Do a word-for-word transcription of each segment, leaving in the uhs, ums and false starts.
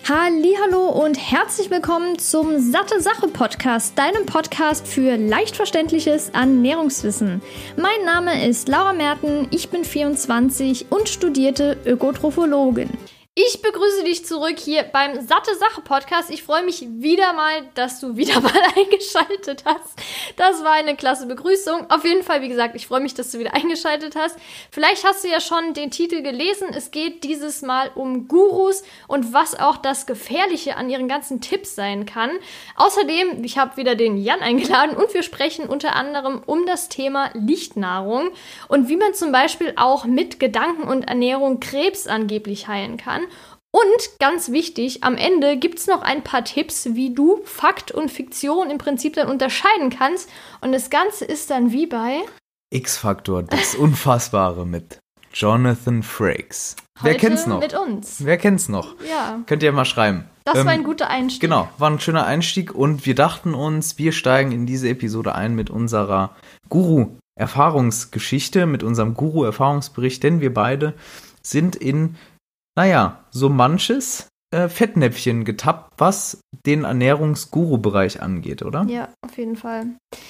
Hallihallo und herzlich willkommen zum Satte Sache Podcast, deinem Podcast für leicht verständliches Ernährungswissen. Mein Name ist Laura Merten, ich bin vierundzwanzig und studierte Ökotrophologin. Ich begrüße dich zurück hier beim Satte Sache Podcast. Ich freue mich wieder mal, dass du wieder mal eingeschaltet hast. Das war eine klasse Begrüßung. Auf jeden Fall, wie gesagt, ich freue mich, dass du wieder eingeschaltet hast. Vielleicht hast du ja schon den Titel gelesen. Es geht dieses Mal um Gurus und was auch das Gefährliche an ihren ganzen Tipps sein kann. Außerdem, ich habe wieder den Jan eingeladen und wir sprechen unter anderem um das Thema Lichtnahrung und wie man zum Beispiel auch mit Gedanken und Ernährung Krebs angeblich heilen kann. Und ganz wichtig, am Ende gibt es noch ein paar Tipps, wie du Fakt und Fiktion im Prinzip dann unterscheiden kannst. Und das Ganze ist dann wie bei X-Factor, das Unfassbare mit Jonathan Frakes. Heute Wer kennt's noch? Mit uns. Wer kennt's noch? Ja. Könnt ihr mal schreiben. Das ähm, war ein guter Einstieg. Genau, war ein schöner Einstieg und wir dachten uns, wir steigen in diese Episode ein mit unserer Guru-Erfahrungsgeschichte, mit unserem Guru-Erfahrungsbericht, denn wir beide sind in Naja, so manches äh, Fettnäpfchen getappt, was den Ernährungsguru-Bereich angeht, oder? Ja, auf jeden Fall.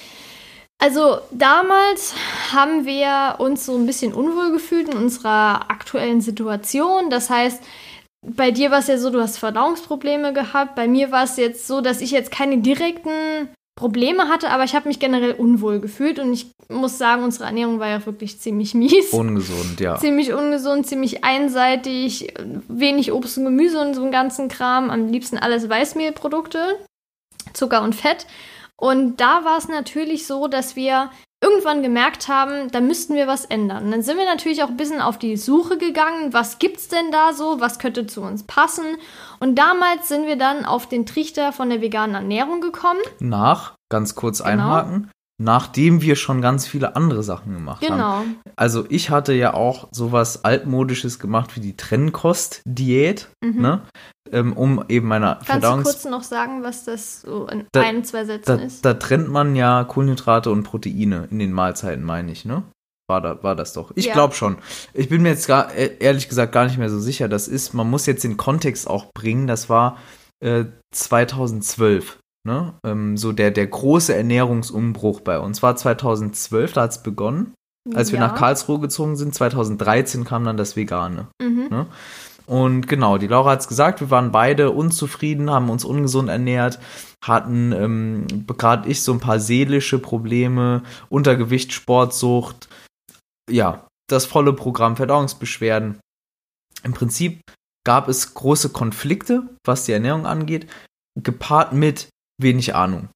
Also damals haben wir uns so ein bisschen unwohl gefühlt in unserer aktuellen Situation. Das heißt, bei dir war es ja so, du hast Verdauungsprobleme gehabt. Bei mir war es jetzt so, dass ich jetzt keine direkten Probleme hatte, aber ich habe mich generell unwohl gefühlt und ich muss sagen, unsere Ernährung war ja wirklich ziemlich mies. Ungesund, ja. Ziemlich ungesund, ziemlich einseitig, wenig Obst und Gemüse und so einen ganzen Kram, am liebsten alles Weißmehlprodukte, Zucker und Fett. Und da war es natürlich so, dass wir irgendwann gemerkt haben, da müssten wir was ändern. Und dann sind wir natürlich auch ein bisschen auf die Suche gegangen, was gibt's denn da so, was könnte zu uns passen. Und damals sind wir dann auf den Trichter von der veganen Ernährung gekommen. Nach, ganz kurz Genau. einhaken, nachdem wir schon ganz viele andere Sachen gemacht Genau. haben. Also ich hatte ja auch sowas Altmodisches gemacht wie die Trennkost-Diät, Mhm. ne? ähm, um eben meiner Kannst Verdauungs... du kurz noch sagen, was das so in Da- ein, zwei Sätzen Da, ist? da trennt man ja Kohlenhydrate und Proteine in den Mahlzeiten, meine ich, ne? War, da, war das doch. Ich Ja. glaube schon. Ich bin mir jetzt gar, äh, ehrlich gesagt gar nicht mehr so sicher. Das ist, man muss jetzt den Kontext auch bringen. Das war äh, zweitausendzwölf, ne? Ähm, so der, der große Ernährungsumbruch bei uns war zweitausendzwölf, da hat es begonnen. Als wir Ja. nach Karlsruhe gezogen sind, zweitausenddreizehn kam dann das Vegane. Mhm. Ne? Und genau, die Laura hat es gesagt, wir waren beide unzufrieden, haben uns ungesund ernährt, hatten ähm, gerade ich so ein paar seelische Probleme, Untergewicht, Sportsucht, ja, das volle Programm, Verdauungsbeschwerden. Im Prinzip gab es große Konflikte, was die Ernährung angeht, gepaart mit wenig Ahnung.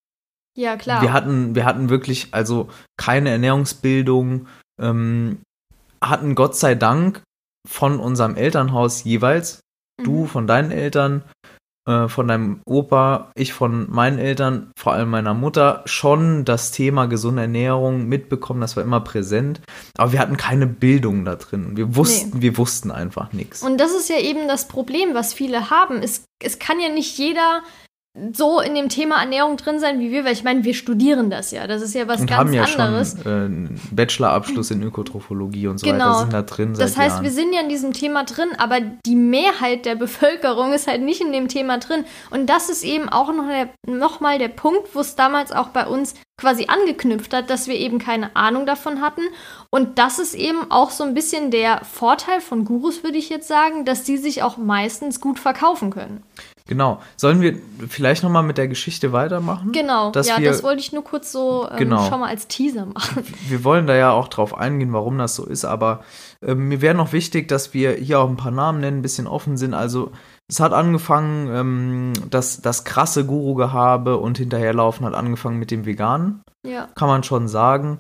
Ja, klar. Wir hatten, wir hatten wirklich also keine Ernährungsbildung, ähm, hatten Gott sei Dank von unserem Elternhaus jeweils, Mhm. du von deinen Eltern, äh, von deinem Opa, ich von meinen Eltern, vor allem meiner Mutter, schon das Thema gesunde Ernährung mitbekommen, das war immer präsent, aber wir hatten keine Bildung da drin. Wir wussten, wir wussten einfach nichts. Und das ist ja eben das Problem, was viele haben. Es, es kann ja nicht jeder so in dem Thema Ernährung drin sein wie wir, weil ich meine, wir studieren das ja. Das ist ja was Und ganz haben ja anderes. schon äh, einen Bachelorabschluss in Ökotrophologie und so Genau. weiter, sind da drin seit Das heißt, Jahren. wir sind ja in diesem Thema drin, aber die Mehrheit der Bevölkerung ist halt nicht in dem Thema drin. Und das ist eben auch noch, der, noch mal der Punkt, wo es damals auch bei uns quasi angeknüpft hat, dass wir eben keine Ahnung davon hatten. Und das ist eben auch so ein bisschen der Vorteil von Gurus, würde ich jetzt sagen, dass die sich auch meistens gut verkaufen können. Genau. Sollen wir vielleicht nochmal mit der Geschichte weitermachen? Genau, Dass ja, wir, das wollte ich nur kurz so ähm, Genau. schon mal als Teaser machen. Wir wollen da ja auch drauf eingehen, warum das so ist, aber äh, mir wäre noch wichtig, dass wir hier auch ein paar Namen nennen, ein bisschen offen sind. Also es hat angefangen, ähm, das, das krasse Guru-Gehabe und Hinterherlaufen hat angefangen mit dem Veganen, Ja. kann man schon sagen.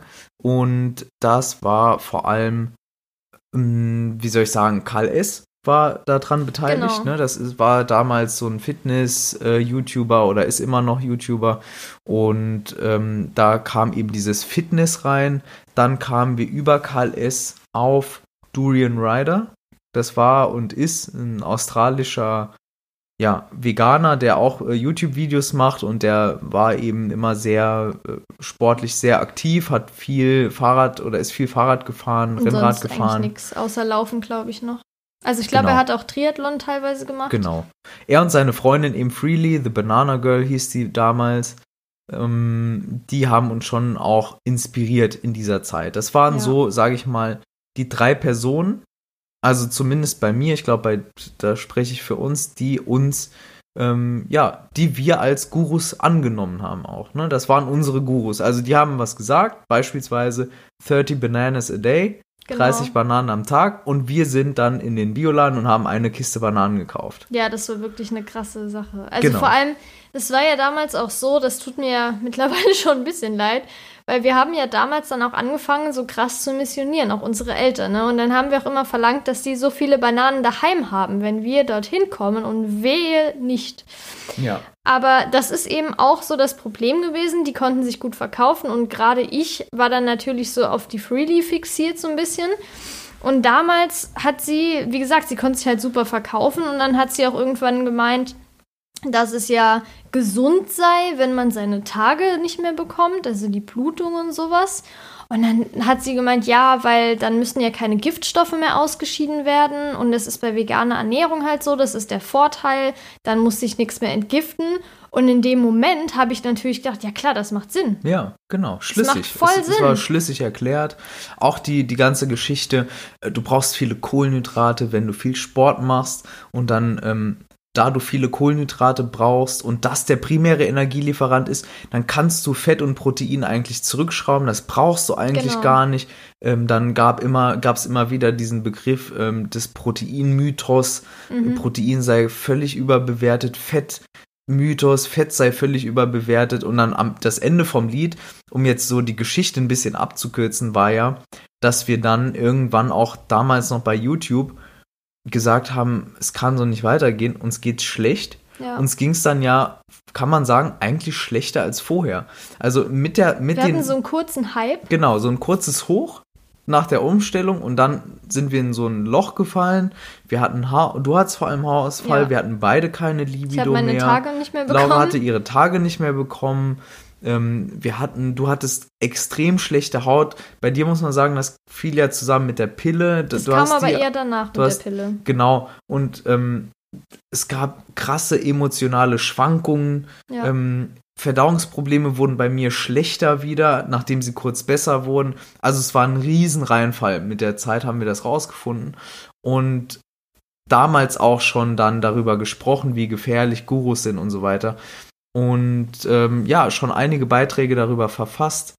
Und das war vor allem, ähm, wie soll ich sagen, Karl S. war daran beteiligt, Genau. ne? Das ist, war damals so ein Fitness-YouTuber oder ist immer noch YouTuber und ähm, da kam eben dieses Fitness rein, dann kamen wir über Karl S. auf Durian Ryder, das war und ist ein australischer ja, Veganer, der auch äh, YouTube-Videos macht und der war eben immer sehr äh, sportlich, sehr aktiv, hat viel Fahrrad oder ist viel Fahrrad gefahren, Und Rennrad sonst gefahren. eigentlich nichts, außer Laufen, glaube ich, noch. Also ich glaube, Genau. er hat auch Triathlon teilweise gemacht. Genau. Er und seine Freundin eben Freely, The Banana Girl hieß die damals, ähm, die haben uns schon auch inspiriert in dieser Zeit. Das waren Ja. so, sage ich mal, die drei Personen, also zumindest bei mir, ich glaube, bei, da spreche ich für uns, die uns, ähm, ja, die wir als Gurus angenommen haben auch. Ne? Das waren unsere Gurus. Also die haben was gesagt, beispielsweise dreißig Bananas a day, Genau. dreißig Bananen am Tag, und wir sind dann in den Bioladen und haben eine Kiste Bananen gekauft. Ja, das war wirklich eine krasse Sache. Also Genau. vor allem, das war ja damals auch so, das tut mir ja mittlerweile schon ein bisschen leid, weil wir haben ja damals dann auch angefangen, so krass zu missionieren, auch unsere Eltern. Ne? Und dann haben wir auch immer verlangt, dass die so viele Bananen daheim haben, wenn wir dorthin kommen, und wehe nicht. Ja. Aber das ist eben auch so das Problem gewesen, die konnten sich gut verkaufen, und gerade ich war dann natürlich so auf die Freely fixiert so ein bisschen. Und damals hat sie, wie gesagt, sie konnte sich halt super verkaufen, und dann hat sie auch irgendwann gemeint, dass es ja gesund sei, wenn man seine Tage nicht mehr bekommt, also die Blutung und sowas. Und dann hat sie gemeint, ja, weil dann müssen ja keine Giftstoffe mehr ausgeschieden werden, und das ist bei veganer Ernährung halt so, das ist der Vorteil, dann muss sich nichts mehr entgiften. Und in dem Moment habe ich natürlich gedacht, ja klar, das macht Sinn. Ja, genau, schlüssig. macht voll es, es Sinn. war schlüssig erklärt. Auch die, die ganze Geschichte, äh, du brauchst viele Kohlenhydrate, wenn du viel Sport machst, und dann, ähm, da du viele Kohlenhydrate brauchst und das der primäre Energielieferant ist, dann kannst du Fett und Protein eigentlich zurückschrauben. Das brauchst du eigentlich Genau. gar nicht. Ähm, dann gab immer, gab es immer wieder diesen Begriff ähm, des Proteinmythos. Mhm. Protein sei völlig überbewertet, Fett Mythos, Fett sei völlig überbewertet, und dann am das Ende vom Lied, um jetzt so die Geschichte ein bisschen abzukürzen, war ja, dass wir dann irgendwann auch damals noch bei YouTube gesagt haben, es kann so nicht weitergehen, uns geht's schlecht. Ja. Uns ging's dann ja, kann man sagen, eigentlich schlechter als vorher. Also mit der, mit Wir den, hatten so einen kurzen Hype. genau, so ein kurzes Hoch nach der Umstellung, und dann sind wir in so ein Loch gefallen. Wir hatten Haar, du hattest vor allem Haarausfall, Ja. wir hatten beide keine Libido Ich habe meine mehr. Tage nicht mehr bekommen. Laura hatte ihre Tage nicht mehr bekommen. Ähm, wir hatten, du hattest extrem schlechte Haut. Bei dir muss man sagen, das fiel ja zusammen mit der Pille. Das du kam hast aber die, eher danach du mit hast, der Pille. Genau. Und ähm, es gab krasse emotionale Schwankungen. Ja. Ähm, Verdauungsprobleme wurden bei mir schlechter wieder, nachdem sie kurz besser wurden. Also es war ein Riesenreinfall. Mit der Zeit haben wir das rausgefunden. Und damals auch schon dann darüber gesprochen, wie gefährlich Gurus sind und so weiter. Und ähm, ja, schon einige Beiträge darüber verfasst.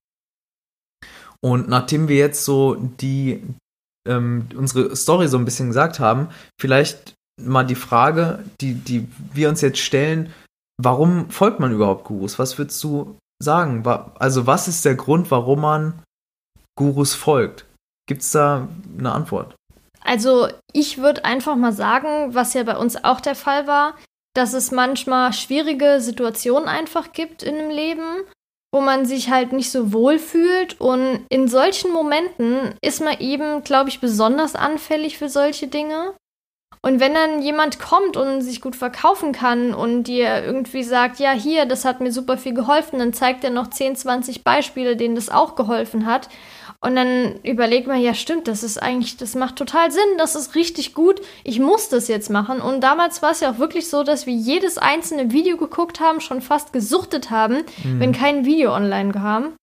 Und nachdem wir jetzt so die ähm, unsere Story so ein bisschen gesagt haben, vielleicht mal die Frage, die, die wir uns jetzt stellen, warum folgt man überhaupt Gurus? Was würdest du sagen? Also was ist der Grund, warum man Gurus folgt? Gibt es da eine Antwort? Also ich würde einfach mal sagen, was ja bei uns auch der Fall war, dass es manchmal schwierige Situationen einfach gibt in dem Leben, wo man sich halt nicht so wohl fühlt. Und in solchen Momenten ist man eben, glaube ich, besonders anfällig für solche Dinge. Und wenn dann jemand kommt und sich gut verkaufen kann und dir irgendwie sagt, ja, hier, das hat mir super viel geholfen, dann zeigt er noch zehn, zwanzig Beispiele, denen das auch geholfen hat. Und dann überlegt man, ja stimmt, das ist eigentlich, das macht total Sinn, das ist richtig gut, ich muss das jetzt machen. Und damals war es ja auch wirklich so, dass wir jedes einzelne Video geguckt haben, schon fast gesuchtet haben, mhm. wenn kein Video online kam.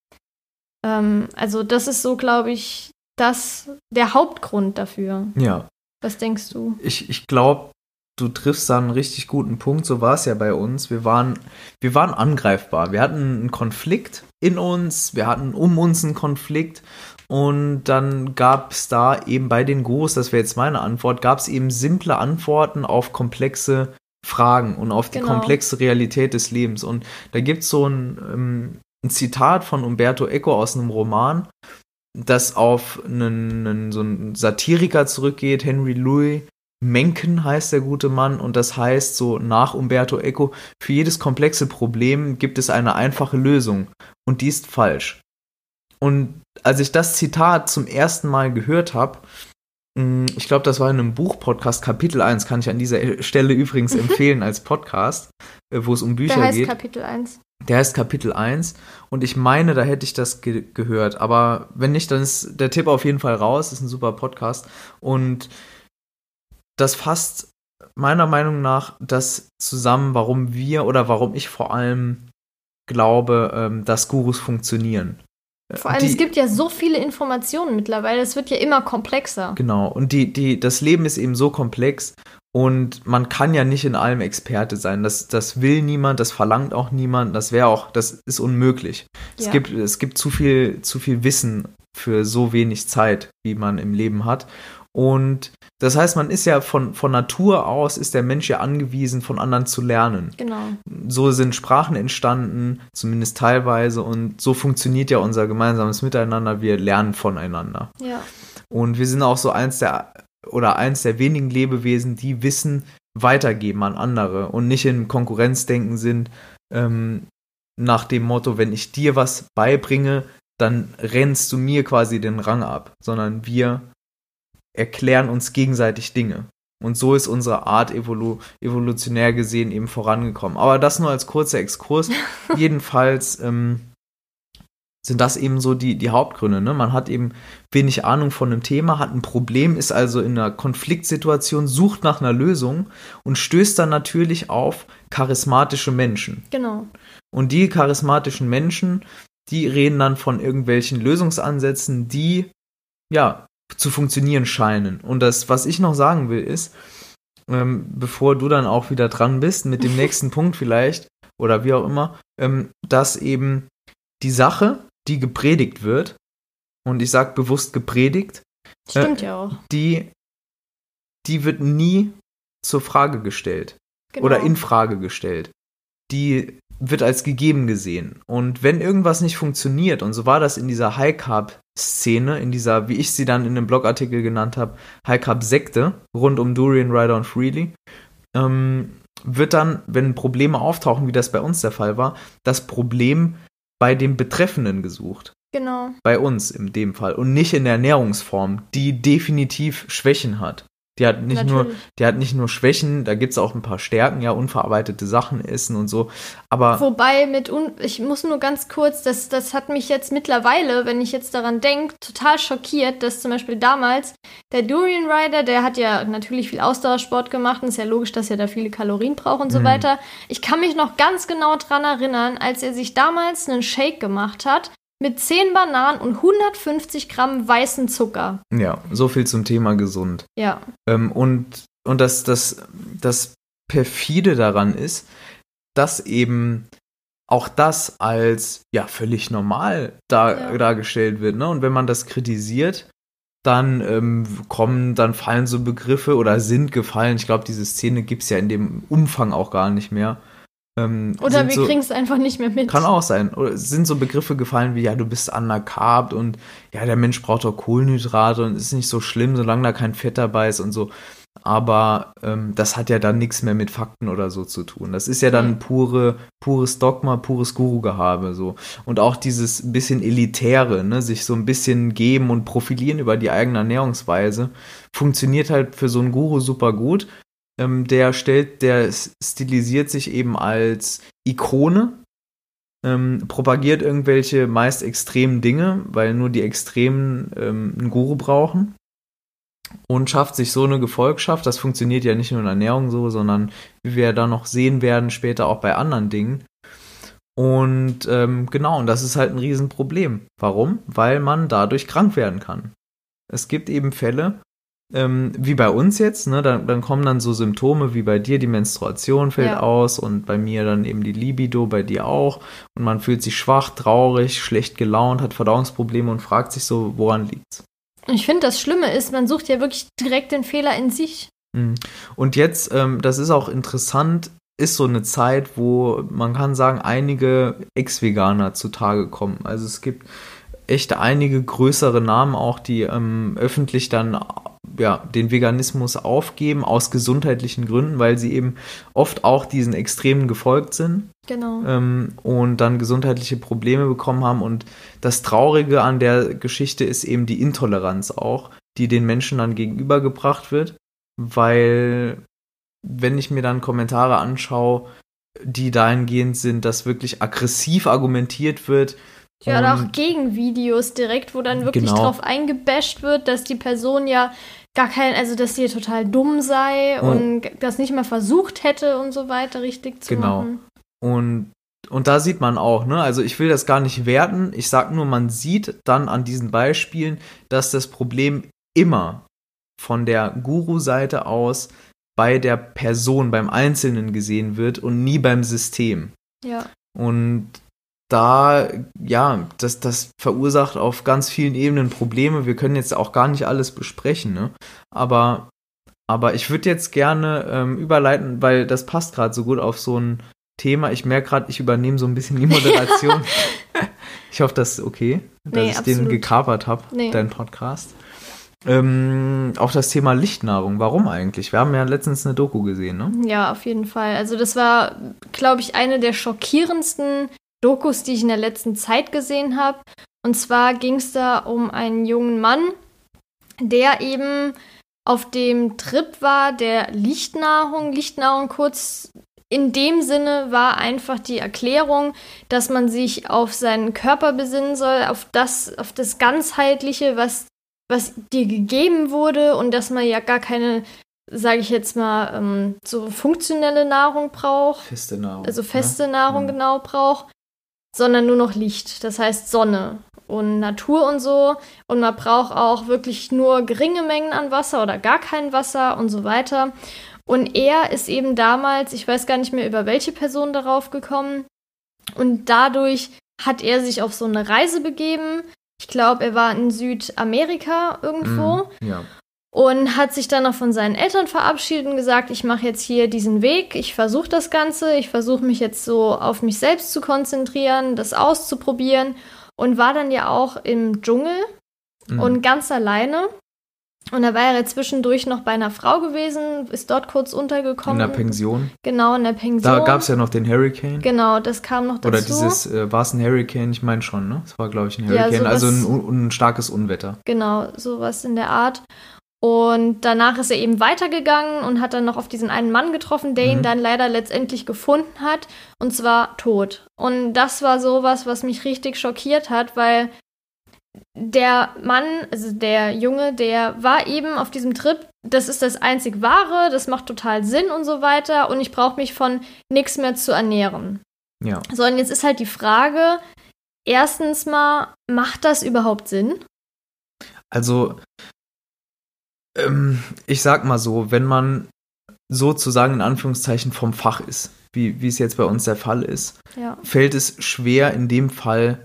Ähm, also das ist so, glaube ich, das der Hauptgrund dafür. Ja. Was denkst du? Ich, ich glaube, du triffst da einen richtig guten Punkt. So war es ja bei uns. Wir waren, wir waren angreifbar. Wir hatten einen Konflikt in uns. Wir hatten um uns einen Konflikt. Und dann gab es da eben bei den Gurus, das wäre jetzt meine Antwort, gab es eben simple Antworten auf komplexe Fragen und auf die genau. komplexe Realität des Lebens. Und da gibt es so ein, ähm, ein Zitat von Umberto Eco aus einem Roman, das auf einen, einen, so einen Satiriker zurückgeht, Henry Louis Mencken heißt der gute Mann, und das heißt so nach Umberto Eco, für jedes komplexe Problem gibt es eine einfache Lösung, und die ist falsch. Und als ich das Zitat zum ersten Mal gehört habe, ich glaube, das war in einem Buch-Podcast, Kapitel eins, kann ich an dieser Stelle übrigens empfehlen als Podcast, wo es um Bücher geht. Der heißt geht. Kapitel eins. Der heißt Kapitel eins, und ich meine, da hätte ich das ge- gehört. Aber wenn nicht, dann ist der Tipp auf jeden Fall raus. Das ist ein super Podcast. Und das fasst meiner Meinung nach das zusammen, warum wir oder warum ich vor allem glaube, ähm, dass Gurus funktionieren. Vor allem, die, es gibt ja so viele Informationen mittlerweile, es wird ja immer komplexer. Genau, und die, die, das Leben ist eben so komplex und man kann ja nicht in allem Experte sein. Das, das will niemand, das verlangt auch niemand, das wäre auch, das ist unmöglich. Ja. Es gibt, es gibt zu viel, zu viel Wissen für so wenig Zeit, wie man im Leben hat. Und das heißt, man ist ja von, von Natur aus, ist der Mensch ja angewiesen, von anderen zu lernen. Genau. So sind Sprachen entstanden, zumindest teilweise, und so funktioniert ja unser gemeinsames Miteinander. Wir lernen voneinander. Ja. Und wir sind auch so eins der, oder eins der wenigen Lebewesen, die Wissen weitergeben an andere und nicht in Konkurrenzdenken sind, ähm, nach dem Motto, wenn ich dir was beibringe, dann rennst du mir quasi den Rang ab, sondern wir erklären uns gegenseitig Dinge. Und so ist unsere Art evolu- evolutionär gesehen eben vorangekommen. Aber das nur als kurzer Exkurs. Jedenfalls ähm, sind das eben so die, die Hauptgründe. Ne? Man hat eben wenig Ahnung von einem Thema, hat ein Problem, ist also in einer Konfliktsituation, sucht nach einer Lösung und stößt dann natürlich auf charismatische Menschen. Genau. Und die charismatischen Menschen, die reden dann von irgendwelchen Lösungsansätzen, die, ja, zu funktionieren scheinen. Und das, was ich noch sagen will, ist, ähm, bevor du dann auch wieder dran bist, mit dem nächsten Punkt vielleicht, oder wie auch immer, ähm, dass eben die Sache, die gepredigt wird, und ich sage bewusst gepredigt, stimmt äh, ja auch. Die, die wird nie zur Frage gestellt. Genau. Oder in Frage gestellt. Die wird als gegeben gesehen. Und wenn irgendwas nicht funktioniert, und so war das in dieser High-Carb-Szene, in dieser, wie ich sie dann in einem Blogartikel genannt habe, High-Carb-Sekte rund um Durian, Ryder und Freely, ähm, wird dann, wenn Probleme auftauchen, wie das bei uns der Fall war, das Problem bei dem Betreffenden gesucht. Genau. Bei uns in dem Fall. Und nicht in der Ernährungsform, die definitiv Schwächen hat. Die hat nicht Natürlich. nur, die hat nicht nur Schwächen, da gibt es auch ein paar Stärken, ja, unverarbeitete Sachen essen und so. Aber wobei mit, un- ich muss nur ganz kurz, das, das hat mich jetzt mittlerweile, wenn ich jetzt daran denke, total schockiert, dass zum Beispiel damals der Durian Rider, der hat ja natürlich viel Ausdauersport gemacht und ist ja logisch, dass er da viele Kalorien braucht und so Mhm. weiter. Ich kann mich noch ganz genau dran erinnern, als er sich damals einen Shake gemacht hat, mit zehn Bananen und hundertfünfzig Gramm weißen Zucker. ja, so viel zum Thema gesund. Ja. Ähm, und und das, das, das Perfide daran ist, dass eben auch das als ja völlig normal dar- Ja. dargestellt wird. Ne? Und wenn man das kritisiert, dann ähm, kommen, dann fallen so Begriffe oder sind gefallen. Ich glaube, diese Szene gibt es ja in dem Umfang auch gar nicht mehr. Ähm, Oder sind wir so, kriegen es einfach nicht mehr mit. Kann auch sein. Oder es sind so Begriffe gefallen wie, ja, du bist undercarbt und ja, der Mensch braucht doch Kohlenhydrate und ist nicht so schlimm, solange da kein Fett dabei ist und so. Aber ähm, das hat ja dann nichts mehr mit Fakten oder so zu tun. Das ist ja dann Nee. pure, pures Dogma, pures Guru-Gehabe. So. Und auch dieses bisschen Elitäre, ne, sich so ein bisschen geben und profilieren über die eigene Ernährungsweise, funktioniert halt für so einen Guru super gut. Ähm, der stellt, der stilisiert sich eben als Ikone, ähm, propagiert irgendwelche meist extremen Dinge, weil nur die Extremen ähm, einen Guru brauchen und schafft sich so eine Gefolgschaft. Das funktioniert ja nicht nur in Ernährung so, sondern wie wir dann noch sehen werden, später auch bei anderen Dingen. Und ähm, genau, und das ist halt ein Riesenproblem. Warum? Weil man dadurch krank werden kann. Es gibt eben Fälle, Ähm, wie bei uns jetzt, ne, dann, dann kommen dann so Symptome wie bei dir, die Menstruation fällt Ja. aus und bei mir dann eben die Libido, bei dir auch und man fühlt sich schwach, traurig, schlecht gelaunt, hat Verdauungsprobleme und fragt sich so, woran liegt's? Ich finde, das Schlimme ist, man sucht ja wirklich direkt den Fehler in sich. Mhm. Und jetzt, ähm, das ist auch interessant, ist so eine Zeit, wo man kann sagen, einige Ex-Veganer zutage kommen. Also es gibt echt einige größere Namen auch, die ähm, öffentlich dann ja, den Veganismus aufgeben, aus gesundheitlichen Gründen, weil sie eben oft auch diesen Extremen gefolgt sind. Genau. Ähm, und dann gesundheitliche Probleme bekommen haben. Und das Traurige an der Geschichte ist eben die Intoleranz auch, die den Menschen dann gegenübergebracht wird, weil wenn ich mir dann Kommentare anschaue, die dahingehend sind, dass wirklich aggressiv argumentiert wird. Ja, oder und auch Gegenvideos direkt, wo dann wirklich Genau. drauf eingebasht wird, dass die Person ja gar kein, also dass sie total dumm sei Oh. und das nicht mal versucht hätte und so weiter richtig zu Genau. machen. Und, und da sieht man auch, ne, also ich will das gar nicht werten, ich sag nur, man sieht dann an diesen Beispielen, dass das Problem immer von der Guru-Seite aus bei der Person, beim Einzelnen gesehen wird und nie beim System. Ja. Und da, ja, das, das verursacht auf ganz vielen Ebenen Probleme. Wir können jetzt auch gar nicht alles besprechen, ne? Aber, aber ich würde jetzt gerne ähm, überleiten, weil das passt gerade so gut auf so ein Thema. Ich merke gerade, ich übernehme so ein bisschen die Moderation. Ich hoffe, das ist okay, dass Nee, ich absolut. den gekapert habe, Nee. deinen Podcast. Ähm, auch das Thema Lichtnahrung. Warum eigentlich? Wir haben ja letztens eine Doku gesehen, ne? Ja, auf jeden Fall. Also das war, glaube ich, eine der schockierendsten Dokus, die ich in der letzten Zeit gesehen habe. Und zwar ging es da um einen jungen Mann, der eben auf dem Trip war der Lichtnahrung. Lichtnahrung kurz in dem Sinne war einfach die Erklärung, dass man sich auf seinen Körper besinnen soll, auf das, auf das Ganzheitliche, was, was dir gegeben wurde und dass man ja gar keine, sage ich jetzt mal, ähm, so funktionelle Nahrung braucht, Feste Nahrung. also feste ne? Nahrung Ja. genau braucht, sondern nur noch Licht, das heißt Sonne und Natur und so. Und man braucht auch wirklich nur geringe Mengen an Wasser oder gar kein Wasser und so weiter. Und er ist eben damals, ich weiß gar nicht mehr, über welche Person darauf gekommen. Und dadurch hat er sich auf so eine Reise begeben. Ich glaube, er war in Südamerika irgendwo. Mm, ja. Und hat sich dann noch von seinen Eltern verabschiedet und gesagt, ich mache jetzt hier diesen Weg, ich versuche das Ganze, ich versuche mich jetzt so auf mich selbst zu konzentrieren, das auszuprobieren und war dann ja auch im Dschungel Mm. und ganz alleine. Und da war er zwischendurch noch bei einer Frau gewesen, ist dort kurz In untergekommen. der Pension. Genau, in der Pension. Da gab es ja noch den Hurricane. Genau, das kam noch dazu. Oder dieses, äh, war es ein Hurricane? Ich meine schon, ne? Es war, glaube ich, ein Ja, Hurricane, sowas- also ein, un- ein starkes Unwetter. Genau, sowas in der Art. Und danach ist er eben weitergegangen und hat dann noch auf diesen einen Mann getroffen, der ihn Mhm. dann leider letztendlich gefunden hat, und zwar tot. Und das war sowas, was mich richtig schockiert hat, weil der Mann, also der Junge, der war eben auf diesem Trip, das ist das einzig Wahre, das macht total Sinn und so weiter und ich brauche mich von nichts mehr zu ernähren. Ja. So, und jetzt ist halt die Frage, erstens mal, macht das überhaupt Sinn? Also, ähm, ich sag mal so, wenn man sozusagen in Anführungszeichen vom Fach ist, wie, wie es jetzt bei uns der Fall ist, Ja. fällt es schwer, in dem Fall,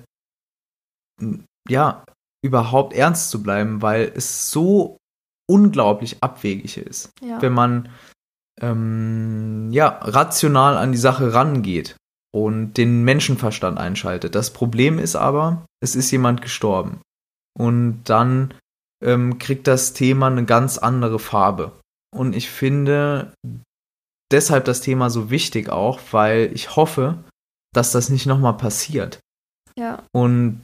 m, ja, überhaupt ernst zu bleiben, weil es so unglaublich abwegig ist, Ja. wenn man ähm, ja, rational an die Sache rangeht und den Menschenverstand einschaltet. Das Problem ist aber, es ist jemand gestorben. Und dann ähm, kriegt das Thema eine ganz andere Farbe. Und ich finde deshalb das Thema so wichtig auch, weil ich hoffe, dass das nicht nochmal passiert. Ja. Und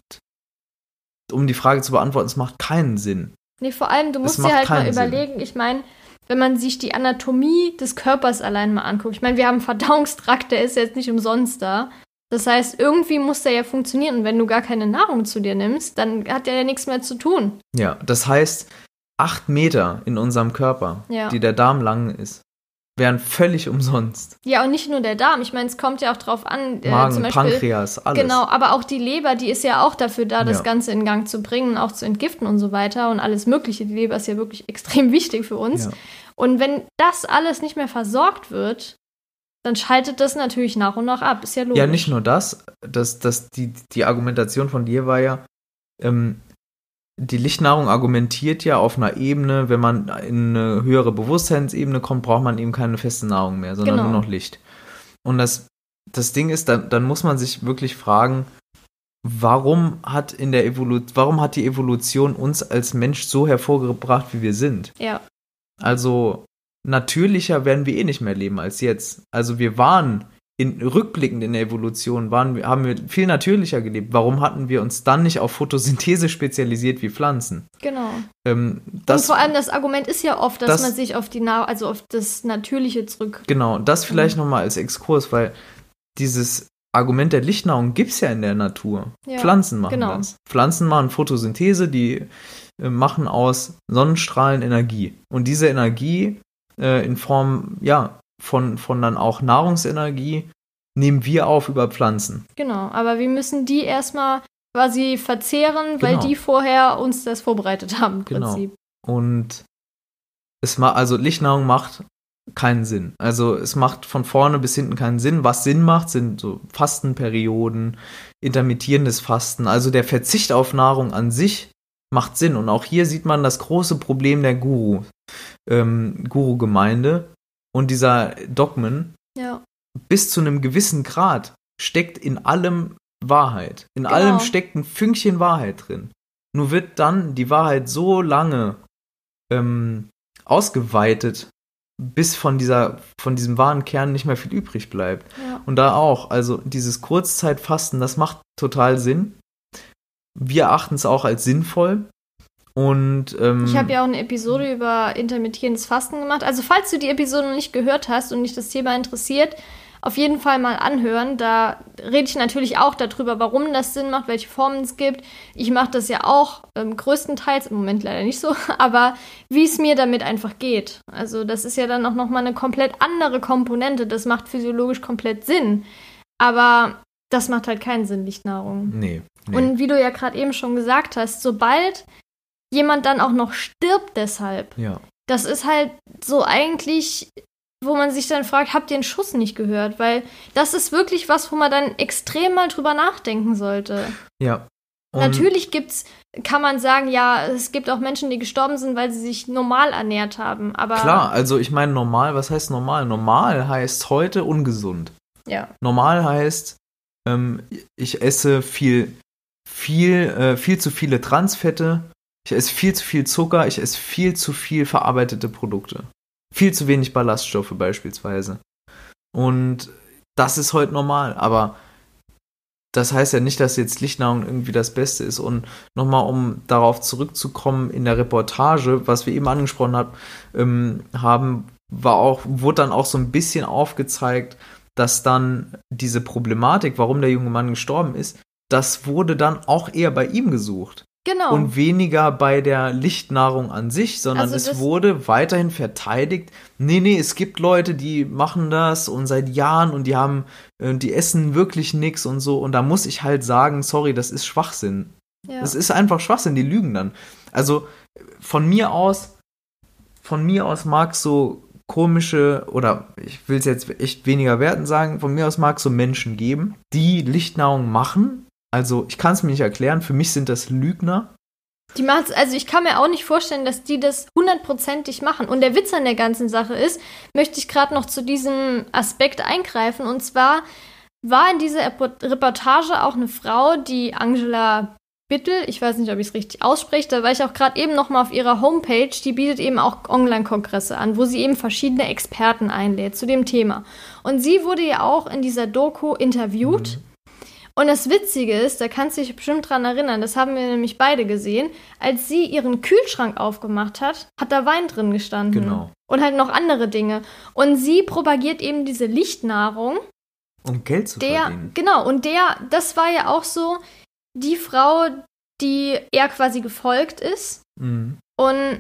um die Frage zu beantworten, es macht keinen Sinn. Nee, vor allem, du Das musst dir macht halt mal keinen Sinn. überlegen, ich meine, wenn man sich die Anatomie des Körpers allein mal anguckt, ich meine, wir haben einen Verdauungstrakt, der ist jetzt nicht umsonst da. Das heißt, irgendwie muss der ja funktionieren. Und wenn du gar keine Nahrung zu dir nimmst, dann hat der ja nichts mehr zu tun. Ja, das heißt, acht Meter in unserem Körper, Ja. die der Darm lang ist, wären völlig umsonst. Ja, und nicht nur der Darm. Ich meine, es kommt ja auch drauf an, äh, Magen, zum Beispiel. Pankreas, alles. Genau, aber auch die Leber, die ist ja auch dafür da, das Ja. Ganze in Gang zu bringen, auch zu entgiften und so weiter und alles Mögliche. Die Leber ist ja wirklich extrem wichtig für uns. Ja. Und wenn das alles nicht mehr versorgt wird, dann schaltet das natürlich nach und nach ab. Ist ja logisch. Ja, nicht nur das, das, das die, die Argumentation von dir war ja, ähm, die Lichtnahrung argumentiert ja auf einer Ebene, wenn man in eine höhere Bewusstseinsebene kommt, braucht man eben keine feste Nahrung mehr, sondern Genau. nur noch Licht. Und das, das Ding ist, dann, dann muss man sich wirklich fragen, warum hat in der Evolu- warum hat die Evolution uns als Mensch so hervorgebracht, wie wir sind? Ja, Also natürlicher werden wir eh nicht mehr leben als jetzt. Also wir waren in, rückblickend in der Evolution, waren, wir- haben wir viel natürlicher gelebt. Warum hatten wir uns dann nicht auf Photosynthese spezialisiert wie Pflanzen? genau. Ähm, das, und vor allem das Argument ist ja oft, dass das- man sich auf die Na- also auf das Natürliche zurück. Genau, das vielleicht Mhm. nochmal als Exkurs, weil dieses Argument der Lichtnahrung gibt es ja in der Natur. Ja, Pflanzen machen genau. das. Pflanzen machen Photosynthese, die äh, machen aus Sonnenstrahlen Energie. Und diese Energie äh, in Form, ja, von, von dann auch Nahrungsenergie nehmen wir auf über Pflanzen. Genau, aber wir müssen die erstmal quasi verzehren, Genau. weil die vorher uns das vorbereitet haben im Genau. Prinzip. Und es ma- also Lichtnahrung macht keinen Sinn. Also es macht von vorne bis hinten keinen Sinn. Was Sinn macht, sind so Fastenperioden, intermittierendes Fasten. Also der Verzicht auf Nahrung an sich macht Sinn. Und auch hier sieht man das große Problem der Guru, ähm, Guru-Gemeinde und dieser Dogmen. Ja. Bis zu einem gewissen Grad steckt in allem Wahrheit. In Genau. allem steckt ein Fünkchen Wahrheit drin. Nur wird dann die Wahrheit so lange ähm, ausgeweitet, bis von dieser, von diesem wahren Kern nicht mehr viel übrig bleibt. Ja. Und da auch, also dieses Kurzzeitfasten, das macht total Sinn. Wir erachten es auch als sinnvoll. Und ähm, Ich habe ja auch eine Episode über intermittierendes Fasten gemacht. Also falls du die Episode noch nicht gehört hast und dich das Thema interessiert, auf jeden Fall mal anhören. Da rede ich natürlich auch darüber, warum das Sinn macht, welche Formen es gibt. Ich mache das ja auch ähm, größtenteils, im Moment leider nicht so, aber wie es mir damit einfach geht. Also das ist ja dann auch nochmal eine komplett andere Komponente. Das macht physiologisch komplett Sinn. Aber das macht halt keinen Sinn, Lichtnahrung. nee, nee. Und wie du ja gerade eben schon gesagt hast, sobald jemand dann auch noch stirbt deshalb, ja. das ist halt so eigentlich, wo man sich dann fragt, habt ihr den Schuss nicht gehört? Weil das ist wirklich was, wo man dann extrem mal drüber nachdenken sollte. Ja. Und Natürlich gibt's, kann man sagen, ja, es gibt auch Menschen, die gestorben sind, weil sie sich normal ernährt haben. Aber klar, also ich meine normal, was heißt normal? Normal heißt heute ungesund. ja, Normal heißt, ähm, ich esse viel, viel, äh, viel zu viele Transfette, ich esse viel zu viel Zucker, ich esse viel zu viel verarbeitete Produkte. Viel zu wenig Ballaststoffe beispielsweise. Und das ist heute normal, aber das heißt ja nicht, dass jetzt Lichtnahrung irgendwie das Beste ist. Und nochmal, um darauf zurückzukommen, in der Reportage, was wir eben angesprochen hab, ähm, haben, war auch, wurde dann auch so ein bisschen aufgezeigt, dass dann diese Problematik, warum der junge Mann gestorben ist, das wurde dann auch eher bei ihm gesucht. genau. Und weniger bei der Lichtnahrung an sich, sondern Also es das- wurde weiterhin verteidigt, nee, nee, es gibt Leute, die machen das und seit Jahren und die haben, äh, die essen wirklich nix und so. Und da muss ich halt sagen, sorry, das ist Schwachsinn. ja. Das ist einfach Schwachsinn, die lügen dann. Also von mir aus, von mir aus mag es so komische, oder ich will es jetzt echt weniger werten sagen, von mir aus mag es so Menschen geben, die Lichtnahrung machen. Also ich kann es mir nicht erklären, für mich sind das Lügner. Die machen's, also ich kann mir auch nicht vorstellen, dass die das hundertprozentig machen. Und der Witz an der ganzen Sache ist, möchte ich gerade noch zu diesem Aspekt eingreifen. Und zwar war in dieser Reportage auch eine Frau, die Angela Bittel, ich weiß nicht, ob ich es richtig ausspreche, da war ich auch gerade eben noch mal auf ihrer Homepage, die bietet eben auch Online-Kongresse an, wo sie eben verschiedene Experten einlädt zu dem Thema. Und sie wurde ja auch in dieser Doku interviewt. Mhm. Und das Witzige ist, da kannst du dich bestimmt dran erinnern, das haben wir nämlich beide gesehen, als sie ihren Kühlschrank aufgemacht hat, hat da Wein drin gestanden. Genau. Und halt noch andere Dinge. Und sie propagiert eben diese Lichtnahrung. Um Geld zu Der, verdienen. genau, und der, das war ja auch so die Frau, die er quasi gefolgt ist. Mhm. Und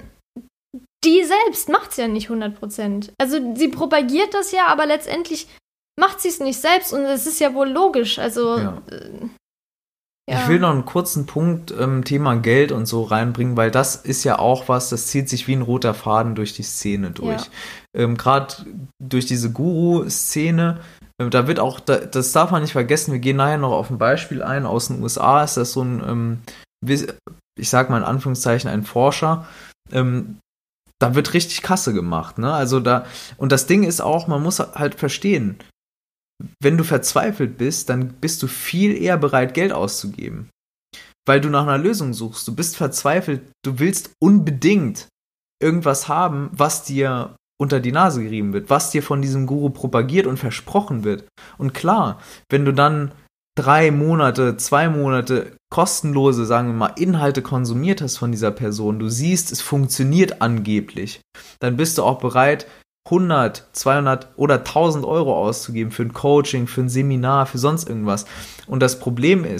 die selbst macht es ja nicht hundert Prozent. Also sie propagiert das ja, aber letztendlich macht sie es nicht selbst. Und es ist ja wohl logisch. Also Ja. äh, ja. Ich will noch einen kurzen Punkt, ähm, Thema Geld und so reinbringen, weil das ist ja auch was, das zieht sich wie ein roter Faden durch die Szene durch. Ja. Ähm, Gerade durch diese Guru-Szene, äh, da wird auch, da, das darf man nicht vergessen, wir gehen nachher noch auf ein Beispiel ein, aus den U S A ist das so ein, ähm, Wiss- ich sag mal in Anführungszeichen, ein Forscher, ähm, da wird richtig Kasse gemacht, ne? Also da, und das Ding ist auch, man muss halt verstehen, wenn du verzweifelt bist, dann bist du viel eher bereit, Geld auszugeben. Weil du nach einer Lösung suchst. Du bist verzweifelt, du willst unbedingt irgendwas haben, was dir unter die Nase gerieben wird, was dir von diesem Guru propagiert und versprochen wird. Und klar, wenn du dann drei Monate, zwei Monate kostenlose, sagen wir mal, Inhalte konsumiert hast von dieser Person, du siehst, es funktioniert angeblich, dann bist du auch bereit, hundert, zweihundert oder tausend Euro auszugeben für ein Coaching, für ein Seminar, für sonst irgendwas. Und das Problem ist,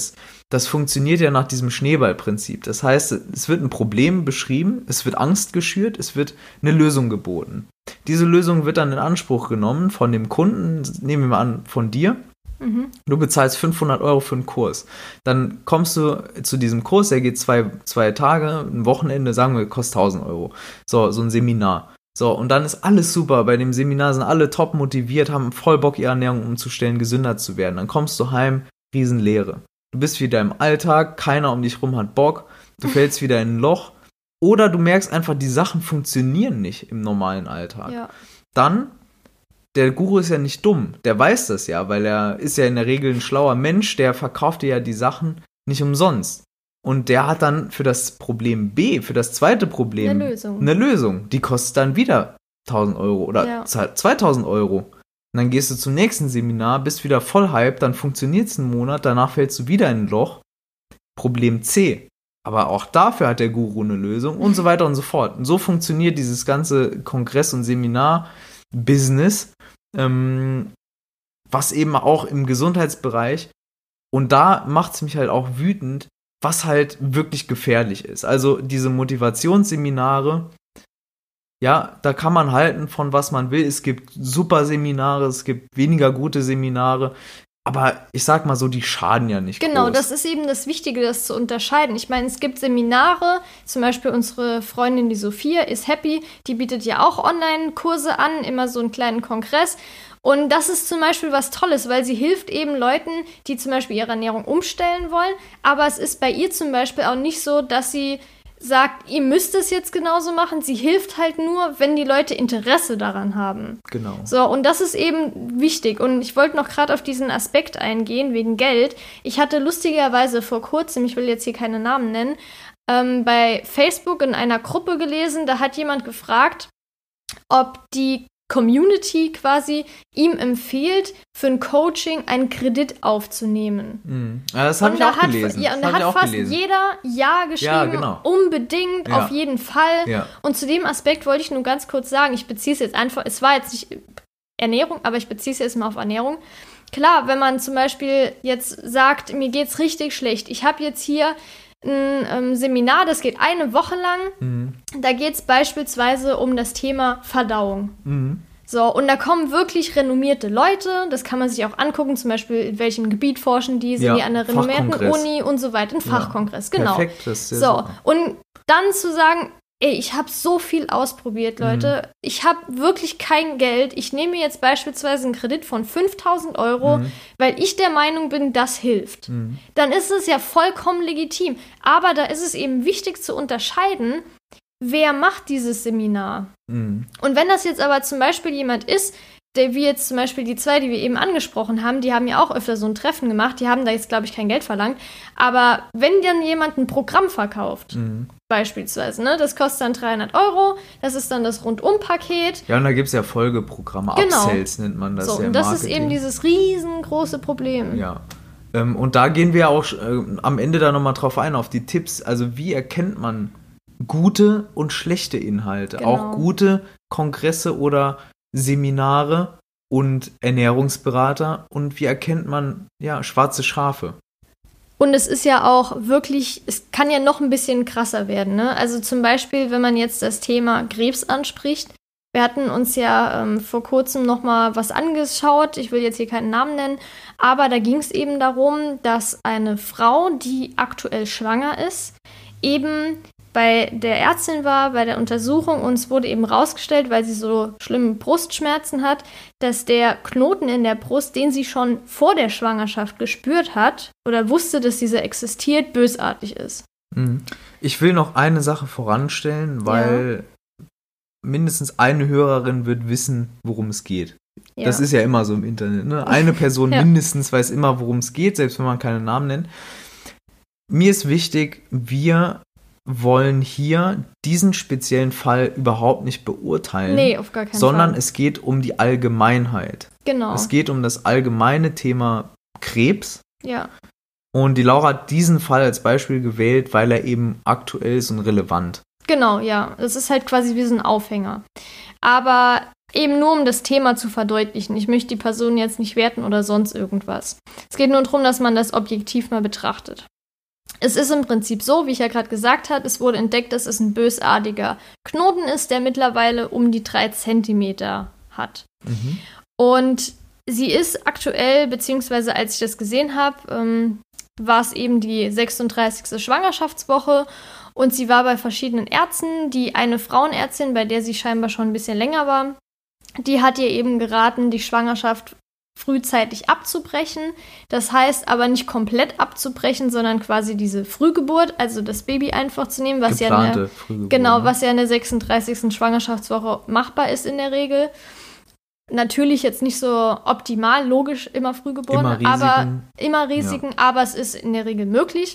das funktioniert ja nach diesem Schneeballprinzip. Das heißt, es wird ein Problem beschrieben, es wird Angst geschürt, es wird eine Lösung geboten. Diese Lösung wird dann in Anspruch genommen von dem Kunden, nehmen wir mal an, von dir. Mhm. Du bezahlst fünfhundert Euro für einen Kurs. Dann kommst du zu diesem Kurs, der geht zwei, zwei Tage, ein Wochenende, sagen wir, kostet tausend Euro. So, so ein Seminar. So, und dann ist alles super. Bei dem Seminar sind alle top motiviert, haben voll Bock, ihre Ernährung umzustellen, gesünder zu werden. Dann kommst du heim, Riesenleere. Du bist wieder im Alltag, keiner um dich rum hat Bock, du fällst wieder in ein Loch. Oder du merkst einfach, die Sachen funktionieren nicht im normalen Alltag. Ja. Dann, der Guru ist ja nicht dumm, der weiß das ja, weil er ist ja in der Regel ein schlauer Mensch, der verkauft dir ja die Sachen nicht umsonst. Und der hat dann für das Problem B, für das zweite Problem, eine Lösung. Eine Lösung. Die kostet dann wieder tausend Euro oder ja. zweitausend Euro. Und dann gehst du zum nächsten Seminar, bist wieder voll hype, dann funktioniert es einen Monat, danach fällst du wieder in ein Loch. Problem C. Aber auch dafür hat der Guru eine Lösung und so weiter und so fort. Und so funktioniert dieses ganze Kongress- und Seminar-Business, ähm, was eben auch im Gesundheitsbereich, und da macht es mich halt auch wütend, was halt wirklich gefährlich ist. Also diese Motivationsseminare, ja, da kann man halten von was man will. Es gibt super Seminare, es gibt weniger gute Seminare. Aber ich sag mal so, die schaden ja nicht Genau, groß. Das ist eben das Wichtige, das zu unterscheiden. Ich meine, es gibt Seminare, zum Beispiel unsere Freundin, die Sophia, ist happy, die bietet ja auch Online-Kurse an, immer so einen kleinen Kongress. Und das ist zum Beispiel was Tolles, weil sie hilft eben Leuten, die zum Beispiel ihre Ernährung umstellen wollen. Aber es ist bei ihr zum Beispiel auch nicht so, dass sie sagt, ihr müsst es jetzt genauso machen. Sie hilft halt nur, wenn die Leute Interesse daran haben. Genau. So, und das ist eben wichtig. Und ich wollte noch gerade auf diesen Aspekt eingehen, wegen Geld. Ich hatte lustigerweise vor kurzem, ich will jetzt hier keine Namen nennen, ähm, bei Facebook in einer Gruppe gelesen, da hat jemand gefragt, ob die Community quasi ihm empfiehlt, für ein Coaching einen Kredit aufzunehmen. Mhm. Ja, das habe ich da auch hat, gelesen. Ja, und da hat fast gelesen. jeder Ja geschrieben, ja, genau. unbedingt, ja. auf jeden Fall. Ja. Und zu dem Aspekt wollte ich nur ganz kurz sagen, ich beziehe es jetzt einfach, es war jetzt nicht Ernährung, aber ich beziehe es jetzt mal auf Ernährung. Klar, wenn man zum Beispiel jetzt sagt, mir geht's richtig schlecht, ich habe jetzt hier ein ähm, Seminar, das geht eine Woche lang. Mhm. Da geht es beispielsweise um das Thema Verdauung. Mhm. So, und da kommen wirklich renommierte Leute, das kann man sich auch angucken, zum Beispiel in welchem Gebiet forschen die, sind ja, die an einer renommierten Uni und so weiter, ein ja. Fachkongress, genau. Perfekt, das ist ja so, super. Und dann zu sagen, ey, ich habe so viel ausprobiert, Leute. Mhm. Ich habe wirklich kein Geld. Ich nehme jetzt beispielsweise einen Kredit von fünftausend Euro, mhm. weil ich der Meinung bin, das hilft. Mhm. Dann ist es ja vollkommen legitim. Aber da ist es eben wichtig zu unterscheiden, wer macht dieses Seminar. Mhm. Und wenn das jetzt aber zum Beispiel jemand ist, der wie jetzt zum Beispiel die zwei, die wir eben angesprochen haben, die haben ja auch öfter so ein Treffen gemacht, die haben da jetzt, glaube ich, kein Geld verlangt. Aber wenn dann jemand ein Programm verkauft, mhm. beispielsweise, ne, das kostet dann dreihundert Euro, das ist dann das Rundum-Paket. Ja, und da gibt es ja Folgeprogramme, genau. Upsells nennt man das so, ja im und das Marketing. ist eben dieses riesengroße Problem. Ja, ähm, und da gehen wir auch äh, am Ende da nochmal drauf ein, auf die Tipps. Also wie erkennt man gute und schlechte Inhalte, genau. auch gute Kongresse oder Seminare und Ernährungsberater, und wie erkennt man ja schwarze Schafe? Und es ist ja auch wirklich, es kann ja noch ein bisschen krasser werden, ne? Also zum Beispiel, wenn man jetzt das Thema Krebs anspricht, wir hatten uns ja ähm, vor kurzem noch mal was angeschaut, ich will jetzt hier keinen Namen nennen, aber da ging es eben darum, dass eine Frau, die aktuell schwanger ist, eben bei der Ärztin war, bei der Untersuchung, und es wurde eben rausgestellt, weil sie so schlimme Brustschmerzen hat, dass der Knoten in der Brust, den sie schon vor der Schwangerschaft gespürt hat oder wusste, dass dieser existiert, bösartig ist. Ich will noch eine Sache voranstellen, weil ja. mindestens eine Hörerin wird wissen, worum es geht. Ja. Das ist ja immer so im Internet, ne? Eine Person ja. mindestens weiß immer, worum es geht, selbst wenn man keinen Namen nennt. Mir ist wichtig, wir wollen hier diesen speziellen Fall überhaupt nicht beurteilen. Nee, auf gar keinen sondern Fall. Es geht um die Allgemeinheit. Genau. Es geht um das allgemeine Thema Krebs. Ja. Und die Laura hat diesen Fall als Beispiel gewählt, weil er eben aktuell ist und relevant. Genau, ja. Es ist halt quasi wie so ein Aufhänger. Aber eben nur um das Thema zu verdeutlichen. Ich möchte die Person jetzt nicht werten oder sonst irgendwas. Es geht nur darum, dass man das objektiv mal betrachtet. Es ist im Prinzip so, wie ich ja gerade gesagt habe, es wurde entdeckt, dass es ein bösartiger Knoten ist, der mittlerweile um die drei Zentimeter hat. Mhm. Und sie ist aktuell, beziehungsweise als ich das gesehen habe, ähm, war es eben die sechsunddreißigste Schwangerschaftswoche und sie war bei verschiedenen Ärzten. Die eine Frauenärztin, bei der sie scheinbar schon ein bisschen länger war, die hat ihr eben geraten, die Schwangerschaft frühzeitig abzubrechen. Das heißt aber nicht komplett abzubrechen, sondern quasi diese Frühgeburt, also das Baby einfach zu nehmen, was Geplante ja eine, Frühgeburt, genau, ne? was ja in der sechsunddreißigsten Schwangerschaftswoche machbar ist in der Regel. Natürlich jetzt nicht so optimal, logisch immer Frühgeborene, Immer Risiken. aber immer Risiken, ja. Aber es ist in der Regel möglich.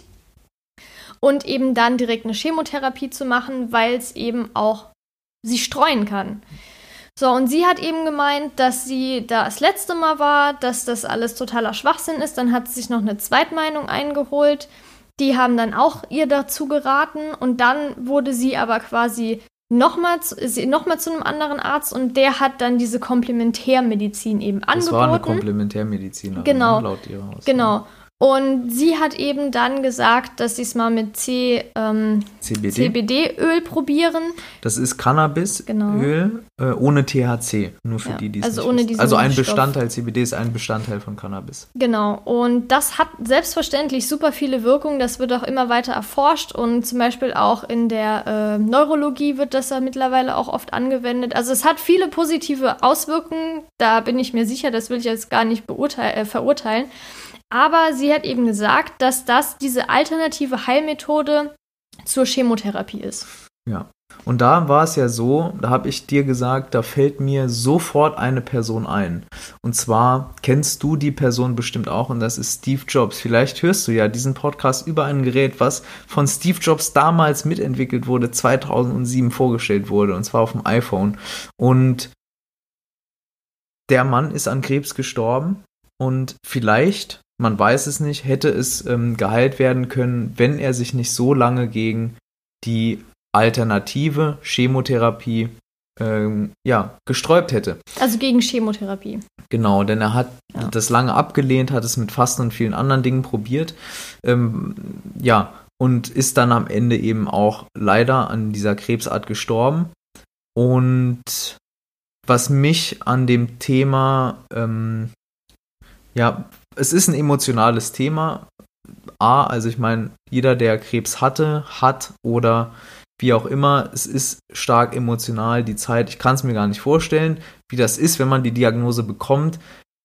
Und eben dann direkt eine Chemotherapie zu machen, weil es eben auch sie streuen kann. So, und sie hat eben gemeint, dass sie da das letzte Mal war, dass das alles totaler Schwachsinn ist. Dann hat sie sich noch eine Zweitmeinung eingeholt. Die haben dann auch ihr dazu geraten. Und dann wurde sie aber quasi nochmal zu, noch mal zu einem anderen Arzt. Und der hat dann diese Komplementärmedizin eben angeboten. Das war eine Komplementärmedizinerin, genau, laut ihrer Aussage. Genau. Und sie hat eben dann gesagt, dass sie es mal mit C, ähm, C B D? C B D-Öl probieren. Das ist Cannabisöl Genau. äh, ohne T H C. Nur für Ja, die, die es also nicht ohne wissen. diesen Also ein Stoff. Bestandteil, C B D ist ein Bestandteil von Cannabis. Genau. Und das hat selbstverständlich super viele Wirkungen. Das wird auch immer weiter erforscht. Und zum Beispiel auch in der äh, Neurologie wird das ja mittlerweile auch oft angewendet. Also es hat viele positive Auswirkungen. Da bin ich mir sicher, das will ich jetzt gar nicht beurteil- äh, verurteilen. Aber sie hat eben gesagt, dass das diese alternative Heilmethode zur Chemotherapie ist. Ja, und da war es ja so, da habe ich dir gesagt, da fällt mir sofort eine Person ein. Und zwar kennst du die Person bestimmt auch und das ist Steve Jobs. Vielleicht hörst du ja diesen Podcast über ein Gerät, was von Steve Jobs damals mitentwickelt wurde, zweitausendsieben vorgestellt wurde, und zwar auf dem iPhone. Und der Mann ist an Krebs gestorben und vielleicht, man weiß es nicht, hätte es ähm, geheilt werden können, wenn er sich nicht so lange gegen die alternative Chemotherapie ähm, ja, gesträubt hätte. Also gegen Chemotherapie. Genau, denn er hat Ja. das lange abgelehnt, hat es mit Fasten und vielen anderen Dingen probiert. Ähm, ja, und ist dann am Ende eben auch leider an dieser Krebsart gestorben. Und was mich an dem Thema, ähm, ja, es ist ein emotionales Thema. A, also ich meine, jeder, der Krebs hatte, hat oder wie auch immer, es ist stark emotional, die Zeit. Ich kann es mir gar nicht vorstellen, wie das ist, wenn man die Diagnose bekommt.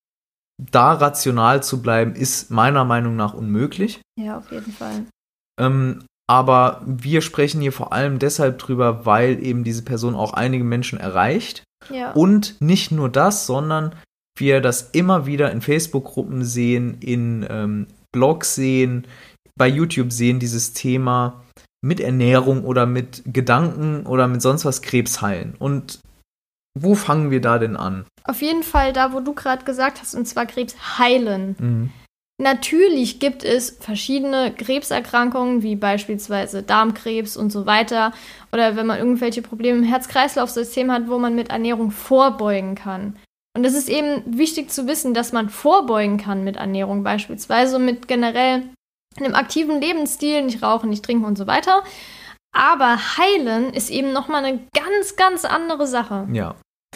Da rational zu bleiben, ist meiner Meinung nach unmöglich. Ja, auf jeden Fall. Ähm, aber wir sprechen hier vor allem deshalb drüber, weil eben diese Person auch einige Menschen erreicht. Ja. Und nicht nur das, sondern wir das immer wieder in Facebook-Gruppen sehen, in ähm, Blogs sehen, bei YouTube sehen, dieses Thema mit Ernährung oder mit Gedanken oder mit sonst was Krebs heilen. Und wo fangen wir da denn an? Auf jeden Fall da, wo du gerade gesagt hast, und zwar Krebs heilen. Mhm. Natürlich gibt es verschiedene Krebserkrankungen, wie beispielsweise Darmkrebs und so weiter. Oder wenn man irgendwelche Probleme im Herz-Kreislauf-System hat, wo man mit Ernährung vorbeugen kann. Und es ist eben wichtig zu wissen, dass man vorbeugen kann mit Ernährung beispielsweise, mit generell einem aktiven Lebensstil, nicht rauchen, nicht trinken und so weiter. Aber heilen ist eben nochmal eine ganz, ganz andere Sache. Ja.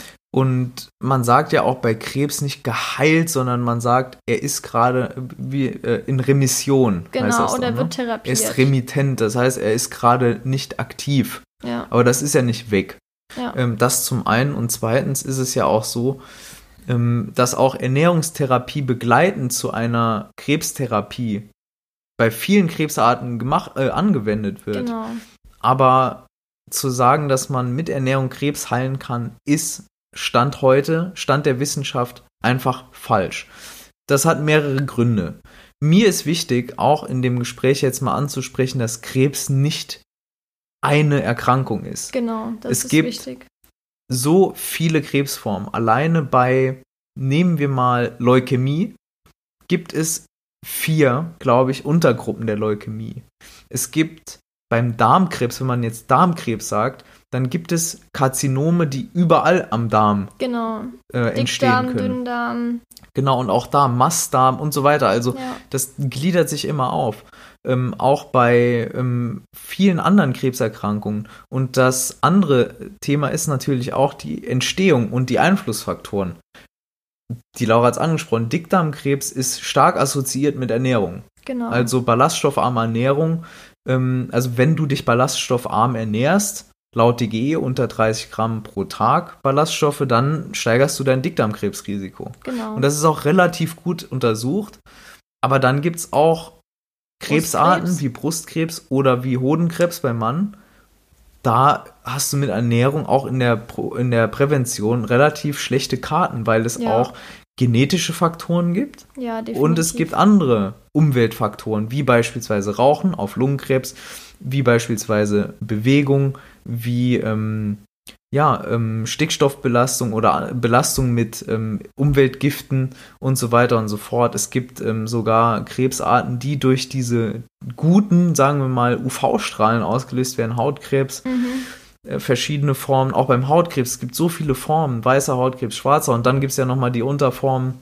Und man sagt ja auch bei Krebs nicht geheilt, sondern man sagt, er ist gerade wie äh, in Remission. Genau, heißt das oder dann, wird ne? therapiert. Er ist remitent, das heißt, er ist gerade nicht aktiv. Ja. Aber das ist ja nicht weg. Ja. Ähm, das zum einen. Und zweitens ist es ja auch so, ähm, dass auch Ernährungstherapie begleitend zu einer Krebstherapie bei vielen Krebsarten gemacht, äh, angewendet wird. Genau. Aber zu sagen, dass man mit Ernährung Krebs heilen kann, ist Stand heute, Stand der Wissenschaft, einfach falsch. Das hat mehrere Gründe. Mir ist wichtig, auch in dem Gespräch jetzt mal anzusprechen, dass Krebs nicht eine Erkrankung ist. Genau, das Es ist gibt wichtig. so viele Krebsformen. Alleine bei, nehmen wir mal Leukämie, gibt es vier, glaube ich, Untergruppen der Leukämie. Es gibt beim Darmkrebs, wenn man jetzt Darmkrebs sagt, dann gibt es Karzinome, die überall am Darm Genau. äh, entstehen Dickdarm, können. Dünndarm. Genau, und auch Darm, Mastdarm und so weiter. Also Ja. das gliedert sich immer auf. ähm, auch bei ähm, vielen anderen Krebserkrankungen. Und das andere Thema ist natürlich auch die Entstehung und die Einflussfaktoren. Die Laura hat es angesprochen, Dickdarmkrebs ist stark assoziiert mit Ernährung. Genau. Also ballaststoffarme Ernährung, ähm, also wenn du dich ballaststoffarm ernährst, laut D G E unter dreißig Gramm pro Tag Ballaststoffe, dann steigerst du dein Dickdarmkrebsrisiko. Genau. Und das ist auch relativ gut untersucht. Aber dann gibt es auch Krebsarten Brustkrebs. wie Brustkrebs oder wie Hodenkrebs beim Mann. Da hast du mit Ernährung auch in der, Pro- in der Prävention relativ schlechte Karten, weil es Ja. auch genetische Faktoren gibt. Ja, definitiv. Und es gibt andere Umweltfaktoren, wie beispielsweise Rauchen auf Lungenkrebs, wie beispielsweise Bewegung, wie ähm, ja, ähm, Stickstoffbelastung oder Belastung mit ähm, Umweltgiften und so weiter und so fort. Es gibt ähm, sogar Krebsarten, die durch diese guten, sagen wir mal, U V-Strahlen ausgelöst werden, Hautkrebs, Mhm. äh, verschiedene Formen, auch beim Hautkrebs, es gibt so viele Formen, weißer Hautkrebs, schwarzer, und dann gibt es ja nochmal die Unterformen.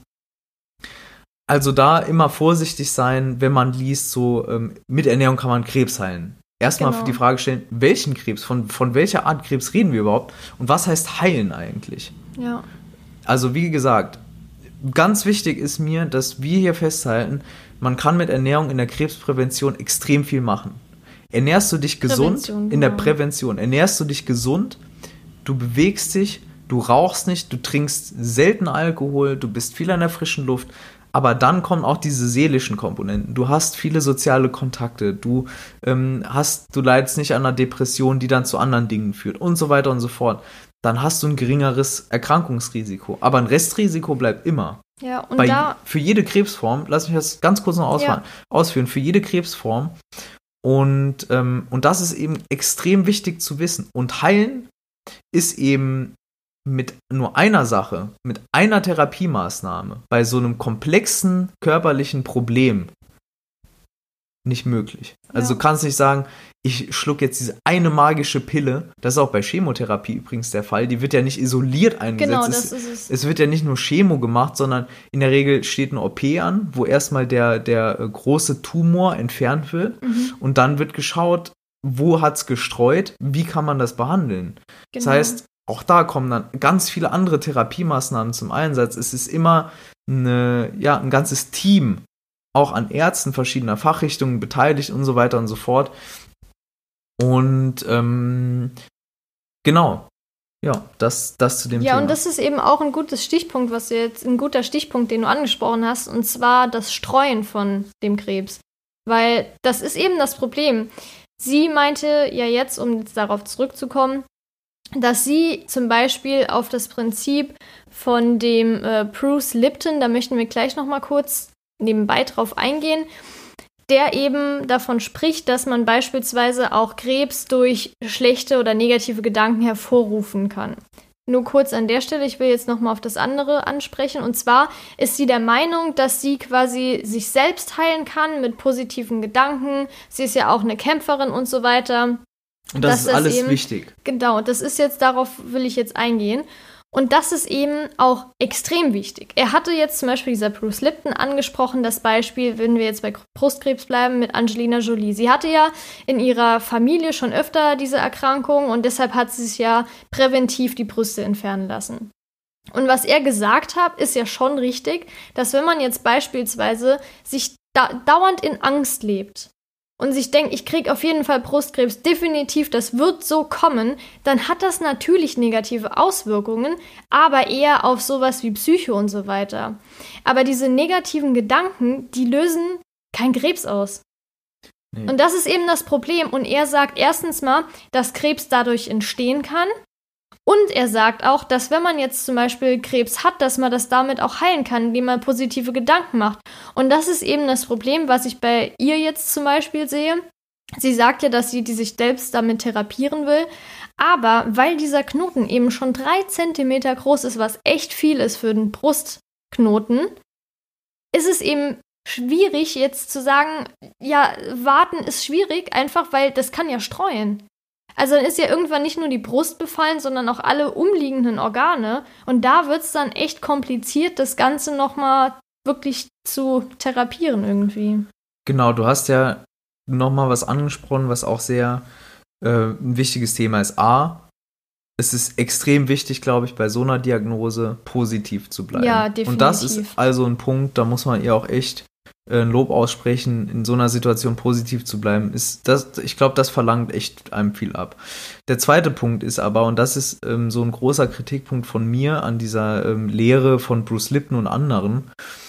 Also da immer vorsichtig sein, wenn man liest, so ähm, mit Ernährung kann man Krebs heilen. Erstmal Genau. die Frage stellen, welchen Krebs, von, von welcher Art Krebs reden wir überhaupt und was heißt heilen eigentlich? Ja. Also wie gesagt, ganz wichtig ist mir, dass wir hier festhalten, man kann mit Ernährung in der Krebsprävention extrem viel machen. Ernährst du dich gesund Prävention, in der genau. Prävention, ernährst du dich gesund, du bewegst dich, du rauchst nicht, du trinkst selten Alkohol, du bist viel an der frischen Luft, aber dann kommen auch diese seelischen Komponenten. Du hast viele soziale Kontakte, du ähm, hast, du leidest nicht an einer Depression, die dann zu anderen Dingen führt und so weiter und so fort. Dann hast du ein geringeres Erkrankungsrisiko. Aber ein Restrisiko bleibt immer. Ja, und Bei, da, für jede Krebsform, lass mich das ganz kurz noch ausfahren, ausführen, für jede Krebsform. Und, ähm, und das ist eben extrem wichtig zu wissen. Und heilen ist eben mit nur einer Sache, mit einer Therapiemaßnahme bei so einem komplexen körperlichen Problem nicht möglich. Also Ja. du kannst nicht sagen, ich schluck jetzt diese eine magische Pille. Das ist auch bei Chemotherapie übrigens der Fall. Die wird ja nicht isoliert eingesetzt. genau, es, das ist es. es wird ja nicht nur Chemo gemacht, sondern in der Regel steht eine O P an, wo erstmal der, der äh, große Tumor entfernt wird. Mhm. Und dann wird geschaut, wo hat es gestreut, wie kann man das behandeln. Genau. Das heißt, auch da kommen dann ganz viele andere Therapiemaßnahmen zum Einsatz. Es ist immer eine, ja, ein ganzes Team, auch an Ärzten verschiedener Fachrichtungen beteiligt und so weiter und so fort. Und ähm, genau, ja, das, das zu dem Ja, Thema. und das ist eben auch ein gutes Stichpunkt, was du jetzt, ein guter Stichpunkt, den du angesprochen hast, und zwar das Streuen von dem Krebs. Weil das ist eben das Problem. Sie meinte ja jetzt, um jetzt darauf zurückzukommen, dass sie zum Beispiel auf das Prinzip von dem äh, Bruce Lipton, da möchten wir gleich noch mal kurz nebenbei drauf eingehen, der eben davon spricht, dass man beispielsweise auch Krebs durch schlechte oder negative Gedanken hervorrufen kann. Nur kurz an der Stelle, ich will jetzt noch mal auf das andere ansprechen, und zwar ist sie der Meinung, dass sie quasi sich selbst heilen kann mit positiven Gedanken. Sie ist ja auch eine Kämpferin und so weiter. Und das dass ist das alles eben- wichtig. Genau, das ist jetzt, darauf will ich jetzt eingehen. Und das ist eben auch extrem wichtig. Er hatte jetzt zum Beispiel, dieser Bruce Lipton, angesprochen, das Beispiel, wenn wir jetzt bei Brustkrebs bleiben, mit Angelina Jolie. Sie hatte ja in ihrer Familie schon öfter diese Erkrankung und deshalb hat sie sich ja präventiv die Brüste entfernen lassen. Und was er gesagt hat, ist ja schon richtig, dass wenn man jetzt beispielsweise sich da- dauernd in Angst lebt, und sich denkt, ich kriege auf jeden Fall Brustkrebs, definitiv, das wird so kommen, dann hat das natürlich negative Auswirkungen, aber eher auf sowas wie Psyche und so weiter. Aber diese negativen Gedanken, die lösen keinen Krebs aus. Nee. Und das ist eben das Problem. Und er sagt erstens mal, dass Krebs dadurch entstehen kann. Und er sagt auch, dass wenn man jetzt zum Beispiel Krebs hat, dass man das damit auch heilen kann, indem man positive Gedanken macht. Und das ist eben das Problem, was ich bei ihr jetzt zum Beispiel sehe. Sie sagt ja, dass sie die sich selbst damit therapieren will. Aber weil dieser Knoten eben schon drei Zentimeter groß ist, was echt viel ist für den Brustknoten, ist es eben schwierig jetzt zu sagen, ja, warten ist schwierig, einfach weil das kann ja streuen. Also dann ist ja irgendwann nicht nur die Brust befallen, sondern auch alle umliegenden Organe. Und da wird es dann echt kompliziert, das Ganze nochmal wirklich zu therapieren irgendwie. Genau, du hast ja nochmal was angesprochen, was auch sehr äh, ein wichtiges Thema ist. A, es ist extrem wichtig, glaube ich, bei so einer Diagnose positiv zu bleiben. Ja, definitiv. Und das ist also ein Punkt, da muss man ihr auch echt äh, ein Lob aussprechen, in so einer Situation positiv zu bleiben. Ist das, ich glaube, das verlangt echt einem viel ab. Der zweite Punkt ist aber, und das ist ähm, so ein großer Kritikpunkt von mir an dieser ähm, Lehre von Bruce Lipton und anderen,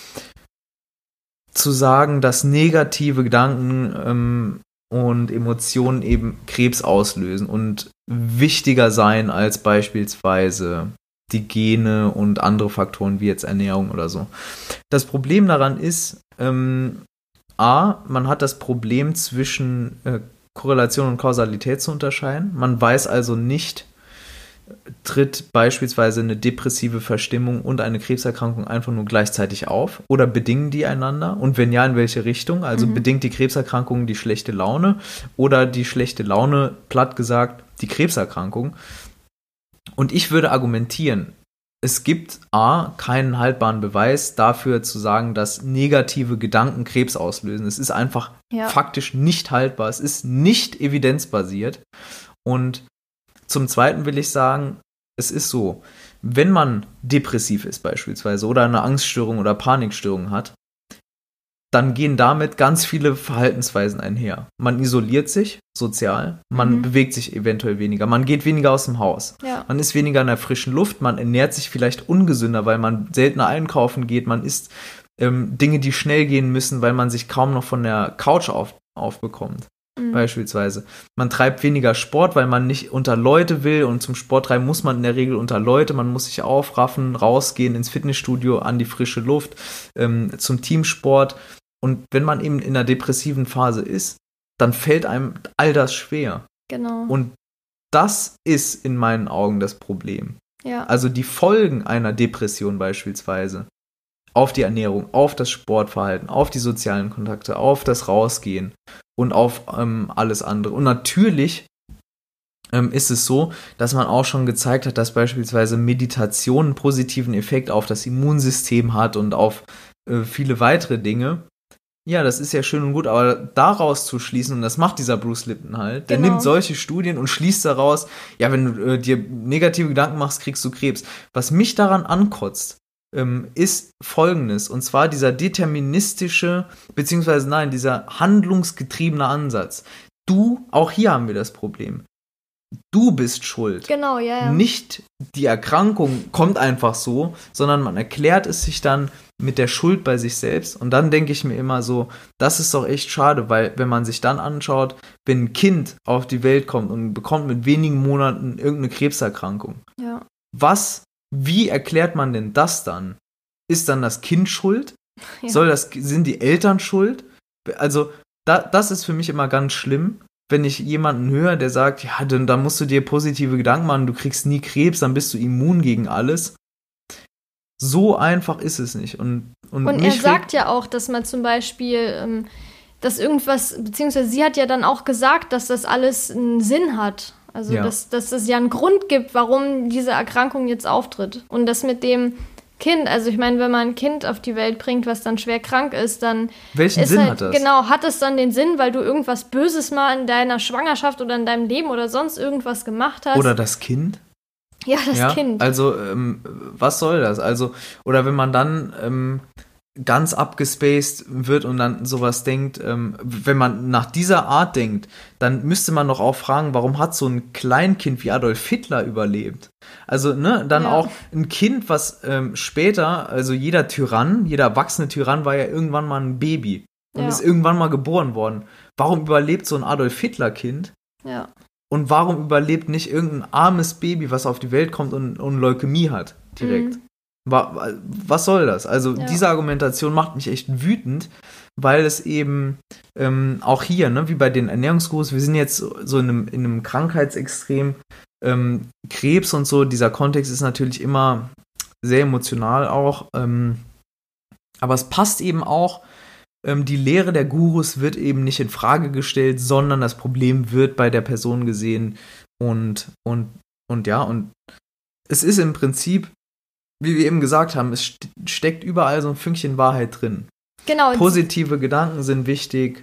zu sagen, dass negative Gedanken ähm, und Emotionen eben Krebs auslösen und wichtiger sein als beispielsweise die Gene und andere Faktoren wie jetzt Ernährung oder so. Das Problem daran ist, ähm, A, man hat das Problem zwischen äh, Korrelation und Kausalität zu unterscheiden. Man weiß also nicht, tritt beispielsweise eine depressive Verstimmung und eine Krebserkrankung einfach nur gleichzeitig auf oder bedingen die einander? Und wenn ja, in welche Richtung? Also mhm. bedingt die Krebserkrankung die schlechte Laune oder die schlechte Laune, platt gesagt, die Krebserkrankung? Und ich würde argumentieren, es gibt A, keinen haltbaren Beweis dafür zu sagen, dass negative Gedanken Krebs auslösen. Es ist einfach ja. faktisch nicht haltbar. Es ist nicht evidenzbasiert. Und zum Zweiten will ich sagen, es ist so, wenn man depressiv ist beispielsweise oder eine Angststörung oder Panikstörung hat, dann gehen damit ganz viele Verhaltensweisen einher. Man isoliert sich sozial, man mhm. bewegt sich eventuell weniger, man geht weniger aus dem Haus, ja. man ist weniger in der frischen Luft, man ernährt sich vielleicht ungesünder, weil man seltener einkaufen geht, man isst ähm, Dinge, die schnell gehen müssen, weil man sich kaum noch von der Couch auf, aufbekommt. Mhm. Beispielsweise. Man treibt weniger Sport, weil man nicht unter Leute will und zum Sport treiben muss man in der Regel unter Leute. Man muss sich aufraffen, rausgehen ins Fitnessstudio, an die frische Luft, ähm, zum Teamsport. Und wenn man eben in einer depressiven Phase ist, dann fällt einem all das schwer. Genau. Und das ist in meinen Augen das Problem. Ja. Also die Folgen einer Depression beispielsweise auf die Ernährung, auf das Sportverhalten, auf die sozialen Kontakte, auf das Rausgehen und auf ähm, alles andere. Und natürlich ähm, ist es so, dass man auch schon gezeigt hat, dass beispielsweise Meditation einen positiven Effekt auf das Immunsystem hat und auf äh, viele weitere Dinge. Ja, das ist ja schön und gut, aber daraus zu schließen, und das macht dieser Bruce Lipton halt, der genau. nimmt solche Studien und schließt daraus, ja, wenn du äh, dir negative Gedanken machst, kriegst du Krebs. Was mich daran ankotzt, ähm, ist Folgendes, und zwar dieser deterministische, beziehungsweise nein, dieser handlungsgetriebene Ansatz. Du, auch hier haben wir das Problem. Du bist schuld. Genau, ja, ja. Nicht die Erkrankung kommt einfach so, sondern man erklärt es sich dann mit der Schuld bei sich selbst. Und dann denke ich mir immer so, das ist doch echt schade, weil wenn man sich dann anschaut, wenn ein Kind auf die Welt kommt und bekommt mit wenigen Monaten irgendeine Krebserkrankung, ja. was, wie erklärt man denn das dann? Ist dann das Kind schuld? Ja. Soll das, sind die Eltern schuld? Also da, das ist für mich immer ganz schlimm. Wenn ich jemanden höre, der sagt, ja, dann, dann musst du dir positive Gedanken machen, du kriegst nie Krebs, dann bist du immun gegen alles. So einfach ist es nicht. Und, und, und er sagt ja auch, dass man zum Beispiel, ähm, dass irgendwas, beziehungsweise sie hat ja dann auch gesagt, dass das alles einen Sinn hat. Also, ja. dass, dass es ja einen Grund gibt, warum diese Erkrankung jetzt auftritt. Und das mit dem Kind, also ich meine, wenn man ein Kind auf die Welt bringt, was dann schwer krank ist, dann Welchen ist Sinn halt, hat das? Genau, hat es dann den Sinn, weil du irgendwas Böses mal in deiner Schwangerschaft oder in deinem Leben oder sonst irgendwas gemacht hast. Oder das Kind? Ja, das ja, Kind. Also, ähm, was soll das? Also, oder wenn man dann ähm, ganz abgespaced wird und dann sowas denkt, ähm, wenn man nach dieser Art denkt, dann müsste man doch auch fragen, warum hat so ein Kleinkind wie Adolf Hitler überlebt? Also, ne, dann ja. auch ein Kind, was ähm, später, also jeder Tyrann, jeder erwachsene Tyrann war ja irgendwann mal ein Baby und ja. ist irgendwann mal geboren worden. Warum überlebt so ein Adolf Hitler-Kind? Ja. Und warum überlebt nicht irgendein armes Baby, was auf die Welt kommt und, und Leukämie hat, direkt? Mhm. Was soll das? Also ja. diese Argumentation macht mich echt wütend, weil es eben ähm, auch hier, ne, wie bei den Ernährungsgurus, wir sind jetzt so in einem, in einem Krankheitsextrem, ähm, Krebs und so, dieser Kontext ist natürlich immer sehr emotional auch, ähm, aber es passt eben auch, ähm, die Lehre der Gurus wird eben nicht in Frage gestellt, sondern das Problem wird bei der Person gesehen und, und, und ja, und es ist im Prinzip, wie wir eben gesagt haben, es steckt überall so ein Fünkchen Wahrheit drin. Genau. Positive Gedanken sind wichtig.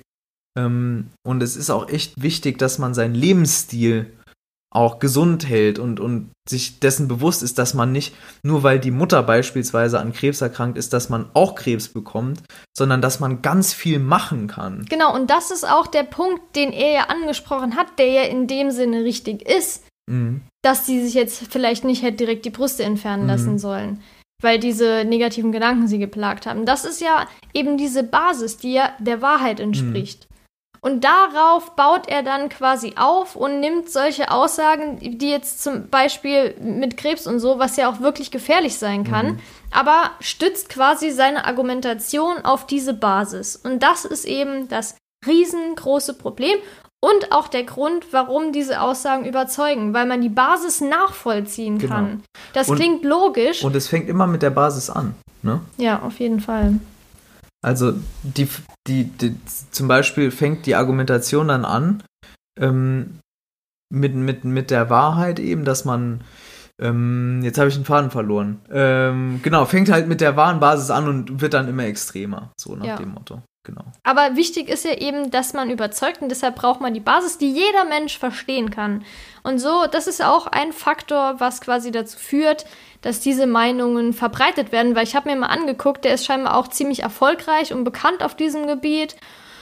Ähm, und es ist auch echt wichtig, dass man seinen Lebensstil auch gesund hält und, und sich dessen bewusst ist, dass man nicht, nur weil die Mutter beispielsweise an Krebs erkrankt ist, dass man auch Krebs bekommt, sondern dass man ganz viel machen kann. Genau, und das ist auch der Punkt, den er ja angesprochen hat, der ja in dem Sinne richtig ist, mhm. dass sie sich jetzt vielleicht nicht hätte direkt die Brüste entfernen lassen mhm. sollen, weil diese negativen Gedanken sie geplagt haben. Das ist ja eben diese Basis, die ja der Wahrheit entspricht. Mhm. Und darauf baut er dann quasi auf und nimmt solche Aussagen, die jetzt zum Beispiel mit Krebs und so, was ja auch wirklich gefährlich sein kann, mhm. aber stützt quasi seine Argumentation auf diese Basis. Und das ist eben das riesengroße Problem und auch der Grund, warum diese Aussagen überzeugen, weil man die Basis nachvollziehen genau. kann. Das und, klingt logisch. Und es fängt immer mit der Basis an, ne? Ja, auf jeden Fall. Also die, die, die zum Beispiel fängt die Argumentation dann an ähm, mit, mit, mit der Wahrheit eben, dass man, ähm, jetzt habe ich den Faden verloren, ähm, genau, fängt halt mit der wahren Basis an und wird dann immer extremer, so nach ja. dem Motto. Genau. Aber wichtig ist ja eben, dass man überzeugt und deshalb braucht man die Basis, die jeder Mensch verstehen kann. Und so, das ist auch ein Faktor, was quasi dazu führt, dass diese Meinungen verbreitet werden, weil ich habe mir mal angeguckt, der ist scheinbar auch ziemlich erfolgreich und bekannt auf diesem Gebiet.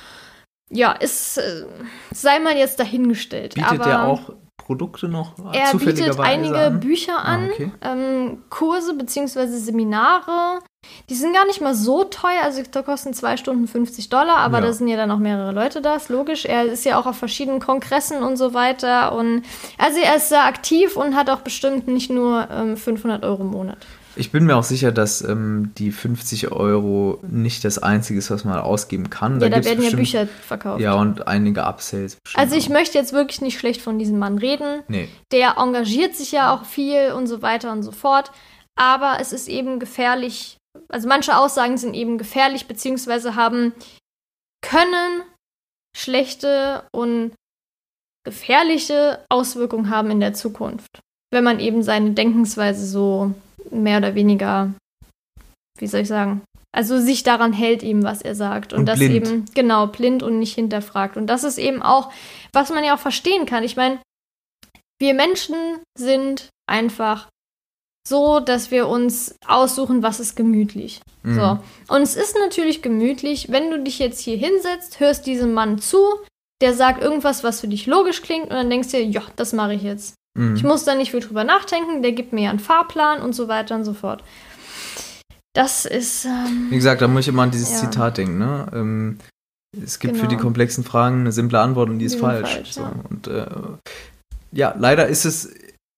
Ja, ist, äh, sei mal jetzt dahingestellt. Bietet aber der auch Produkte noch er zufälligerweise bietet einige an? Bücher an, ah, okay. ähm, Kurse bzw. Seminare. Die sind gar nicht mal so teuer, also da kosten zwei Stunden fünfzig Dollar, aber ja. da sind ja dann auch mehrere Leute da, ist logisch. Er ist ja auch auf verschiedenen Kongressen und so weiter. Und also er ist sehr aktiv und hat auch bestimmt nicht nur ähm, fünfhundert Euro im Monat. Ich bin mir auch sicher, dass ähm, die fünfzig Euro nicht das Einzige ist, was man ausgeben kann. Ja, da, da werden bestimmt, ja Bücher verkauft. Ja, und einige Upsells. Also ich auch. möchte jetzt wirklich nicht schlecht von diesem Mann reden. Nee. Der engagiert sich ja auch viel und so weiter und so fort. Aber es ist eben gefährlich. Also manche Aussagen sind eben gefährlich, beziehungsweise haben, können schlechte und gefährliche Auswirkungen haben in der Zukunft. Wenn man eben seine Denkensweise so mehr oder weniger, wie soll ich sagen, also sich daran hält eben, was er sagt. Und, und das blind. eben, genau, blind und nicht hinterfragt. Und das ist eben auch, was man ja auch verstehen kann. Ich meine, wir Menschen sind einfach so, dass wir uns aussuchen, was ist gemütlich. Mhm. So. Und es ist natürlich gemütlich, wenn du dich jetzt hier hinsetzt, hörst diesem Mann zu, der sagt irgendwas, was für dich logisch klingt und dann denkst du dir, ja, das mache ich jetzt. Mhm. Ich muss da nicht viel drüber nachdenken, der gibt mir ja einen Fahrplan und so weiter und so fort. Das ist... Ähm, Wie gesagt, da muss ich immer an dieses ja. Zitat denken, ne? Ähm, es gibt genau. für die komplexen Fragen eine simple Antwort und die ist die falsch. falsch so. ja. Und äh, ja, leider ist es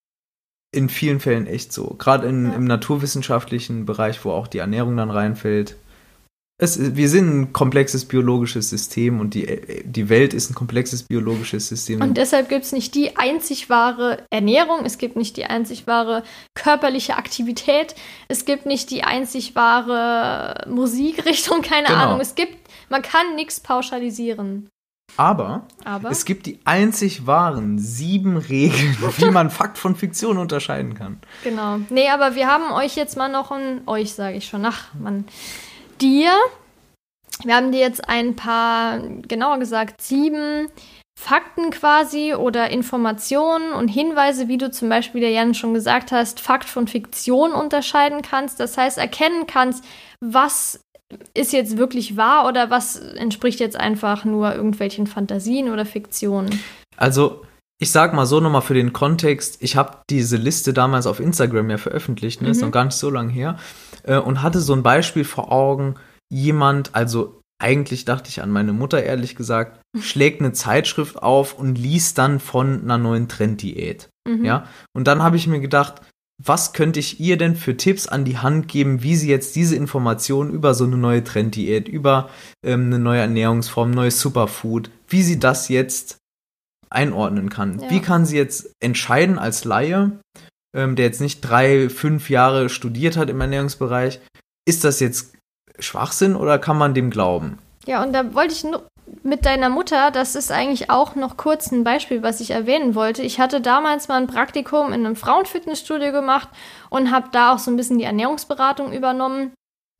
in vielen Fällen echt so. Gerade in, ja. im naturwissenschaftlichen Bereich, wo auch die Ernährung dann reinfällt. Es, wir sind ein komplexes biologisches System und die, die Welt ist ein komplexes biologisches System. Und deshalb gibt es nicht die einzig wahre Ernährung, es gibt nicht die einzig wahre körperliche Aktivität, es gibt nicht die einzig wahre Musikrichtung, keine genau. Ahnung. Es gibt, man kann nichts pauschalisieren. Aber, Aber es gibt die einzig wahren sieben Regeln, wie man Fakt von Fiktion unterscheiden kann. Genau. Nee, aber wir haben euch jetzt mal noch ein, euch sage ich schon, ach, Mann, dir, wir haben dir jetzt ein paar, genauer gesagt, sieben Fakten quasi oder Informationen und Hinweise, wie du zum Beispiel, der Jan schon gesagt hast, Fakt von Fiktion unterscheiden kannst. Das heißt, erkennen kannst, was ist jetzt wirklich wahr oder was entspricht jetzt einfach nur irgendwelchen Fantasien oder Fiktionen? Also, ich sag mal so nochmal für den Kontext, ich habe diese Liste damals auf Instagram ja veröffentlicht, ne, mhm. ist noch gar nicht so lange her, äh, und hatte so ein Beispiel vor Augen, jemand, also eigentlich dachte ich an meine Mutter, ehrlich gesagt, schlägt eine Zeitschrift auf und liest dann von einer neuen Trenddiät, mhm. ja, und dann habe ich mir gedacht, was könnte ich ihr denn für Tipps an die Hand geben, wie sie jetzt diese Informationen über so eine neue Trenddiät, über ähm, eine neue Ernährungsform, neues Superfood, wie sie das jetzt einordnen kann. Ja. Wie kann sie jetzt entscheiden als Laie, ähm, der jetzt nicht drei, fünf Jahre studiert hat im Ernährungsbereich, ist das jetzt Schwachsinn oder kann man dem glauben? Ja, und da wollte ich nur mit deiner Mutter, das ist eigentlich auch noch kurz ein Beispiel, was ich erwähnen wollte. Ich hatte damals mal ein Praktikum in einem Frauenfitnessstudio gemacht und habe da auch so ein bisschen die Ernährungsberatung übernommen.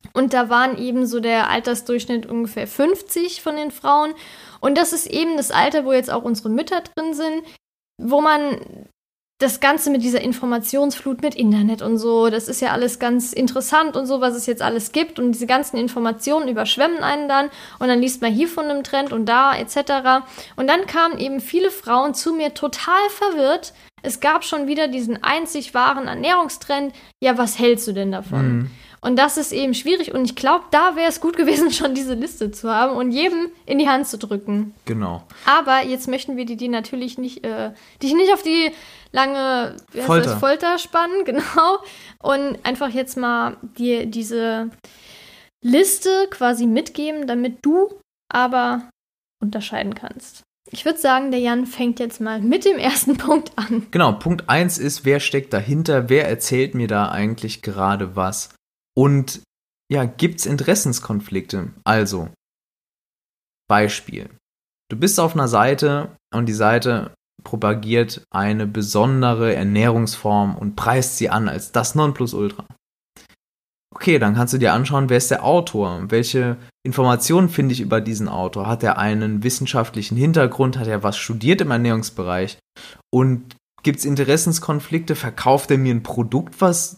Und da waren eben so der Altersdurchschnitt ungefähr fünfzig von den Frauen. Und das ist eben das Alter, wo jetzt auch unsere Mütter drin sind, wo man das Ganze mit dieser Informationsflut mit Internet und so, das ist ja alles ganz interessant und so, was es jetzt alles gibt. Und diese ganzen Informationen überschwemmen einen dann. Und dann liest man hier von einem Trend und da et cetera. Und dann kamen eben viele Frauen zu mir total verwirrt. Es gab schon wieder diesen einzig wahren Ernährungstrend. Ja, was hältst du denn davon? Mhm. Und das ist eben schwierig. Und ich glaube, da wäre es gut gewesen, schon diese Liste zu haben und jedem in die Hand zu drücken. Genau. Aber jetzt möchten wir die, die natürlich nicht, äh, dich nicht auf die lange wie heißt Folter. Das, Folter spannen, genau. Und einfach jetzt mal dir diese Liste quasi mitgeben, damit du aber unterscheiden kannst. Ich würde sagen, der Jan fängt jetzt mal mit dem ersten Punkt an. Genau, Punkt eins ist, wer steckt dahinter? Wer erzählt mir da eigentlich gerade was? Und ja, gibt's Interessenskonflikte? Also, Beispiel. Du bist auf einer Seite und die Seite propagiert eine besondere Ernährungsform und preist sie an als das Nonplusultra. Okay, dann kannst du dir anschauen, wer ist der Autor? Welche Informationen finde ich über diesen Autor? Hat er einen wissenschaftlichen Hintergrund? Hat er was studiert im Ernährungsbereich? Und gibt's Interessenskonflikte? Verkauft er mir ein Produkt, was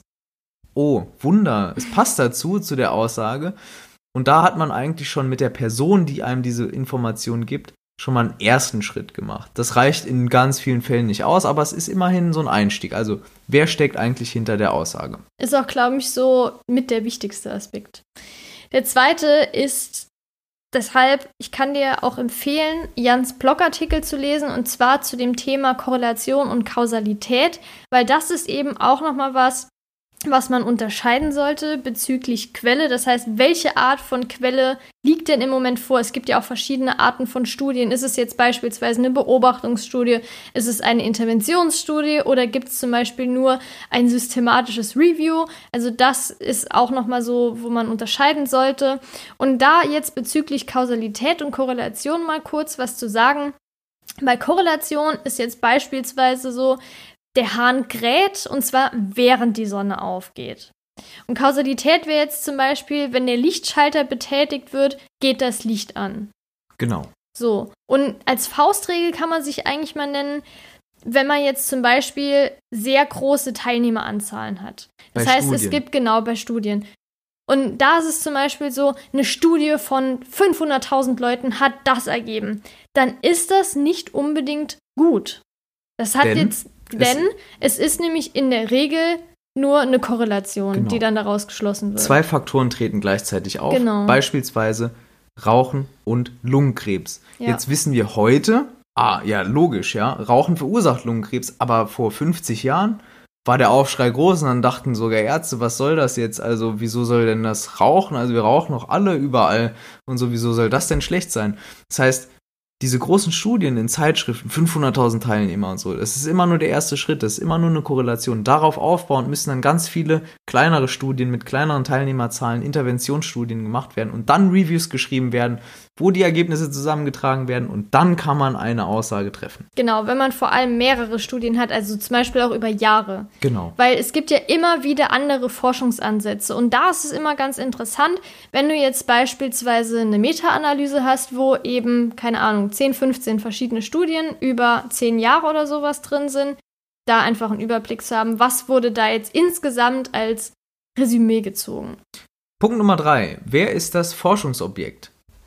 oh, Wunder, es passt dazu, zu der Aussage. Und da hat man eigentlich schon mit der Person, die einem diese Information gibt, schon mal einen ersten Schritt gemacht. Das reicht in ganz vielen Fällen nicht aus, aber es ist immerhin so ein Einstieg. Also, wer steckt eigentlich hinter der Aussage? Ist auch, glaube ich, so mit der wichtigste Aspekt. Der zweite ist, deshalb, ich kann dir auch empfehlen, Jans Blogartikel zu lesen, und zwar zu dem Thema Korrelation und Kausalität, weil das ist eben auch nochmal was, was man unterscheiden sollte bezüglich Quelle. Das heißt, welche Art von Quelle liegt denn im Moment vor? Es gibt ja auch verschiedene Arten von Studien. Ist es jetzt beispielsweise eine Beobachtungsstudie? Ist es eine Interventionsstudie? Oder gibt es zum Beispiel nur ein systematisches Review? Also das ist auch nochmal so, wo man unterscheiden sollte. Und da jetzt bezüglich Kausalität und Korrelation mal kurz was zu sagen. Bei Korrelation ist jetzt beispielsweise so, der Hahn kräht, und zwar während die Sonne aufgeht. Und Kausalität wäre jetzt zum Beispiel, wenn der Lichtschalter betätigt wird, geht das Licht an. Genau. So. Und als Faustregel kann man sich eigentlich mal nennen, wenn man jetzt zum Beispiel sehr große Teilnehmeranzahlen hat. Das bei heißt, Studien. Es gibt genau bei Studien. Und da ist es zum Beispiel so, eine Studie von fünfhunderttausend Leuten hat das ergeben. Dann ist das nicht unbedingt gut. Das hat Denn? jetzt Denn es, es ist nämlich in der Regel nur eine Korrelation, genau, die dann daraus geschlossen wird. Zwei Faktoren treten gleichzeitig auf, genau, beispielsweise Rauchen und Lungenkrebs. Ja. Jetzt wissen wir heute, ah, ja, logisch, ja, Rauchen verursacht Lungenkrebs, aber vor fünfzig Jahren war der Aufschrei groß und dann dachten sogar Ärzte, was soll das jetzt? Also wieso soll denn das Rauchen? Also wir rauchen doch alle überall und so, wieso soll das denn schlecht sein? Das heißt, diese großen Studien in Zeitschriften, fünfhunderttausend Teilnehmer und so, das ist immer nur der erste Schritt, das ist immer nur eine Korrelation. Darauf aufbauend müssen dann ganz viele kleinere Studien mit kleineren Teilnehmerzahlen, Interventionsstudien gemacht werden und dann Reviews geschrieben werden, wo die Ergebnisse zusammengetragen werden, und dann kann man eine Aussage treffen. Genau, wenn man vor allem mehrere Studien hat, also zum Beispiel auch über Jahre. Genau. Weil es gibt ja immer wieder andere Forschungsansätze, und da ist es immer ganz interessant, wenn du jetzt beispielsweise eine Meta-Analyse hast, wo eben, keine Ahnung, zehn, fünfzehn verschiedene Studien über zehn Jahre oder sowas drin sind, da einfach einen Überblick zu haben, was wurde da jetzt insgesamt als Resümee gezogen. Punkt Nummer drei. Wer ist das Forschungsobjekt?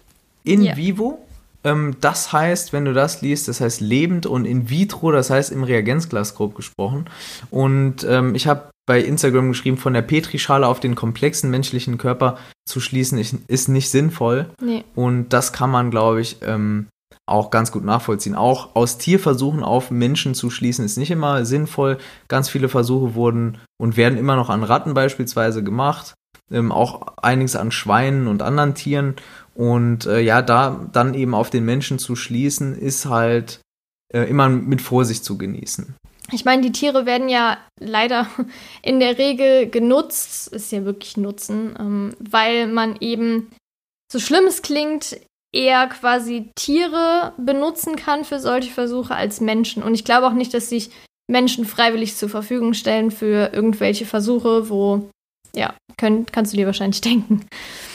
In yeah. vivo, ähm, das heißt, wenn du das liest, das heißt lebend, und in vitro, das heißt im Reagenzglas, grob gesprochen. Und ähm, ich habe bei Instagram geschrieben, von der Petrischale auf den komplexen menschlichen Körper zu schließen, ist nicht sinnvoll. Nee. Und das kann man, glaube ich, ähm, auch ganz gut nachvollziehen. Auch aus Tierversuchen auf Menschen zu schließen, ist nicht immer sinnvoll. Ganz viele Versuche wurden und werden immer noch an Ratten beispielsweise gemacht. Ähm, auch einiges an Schweinen und anderen Tieren. Und äh, ja, da dann eben auf den Menschen zu schließen, ist halt äh, immer mit Vorsicht zu genießen. Ich meine, die Tiere werden ja leider in der Regel genutzt, ist ja wirklich Nutzen, ähm, weil man eben, so schlimm es klingt, eher quasi Tiere benutzen kann für solche Versuche als Menschen. Und ich glaube auch nicht, dass sich Menschen freiwillig zur Verfügung stellen für irgendwelche Versuche, wo Ja, können, kannst du dir wahrscheinlich denken.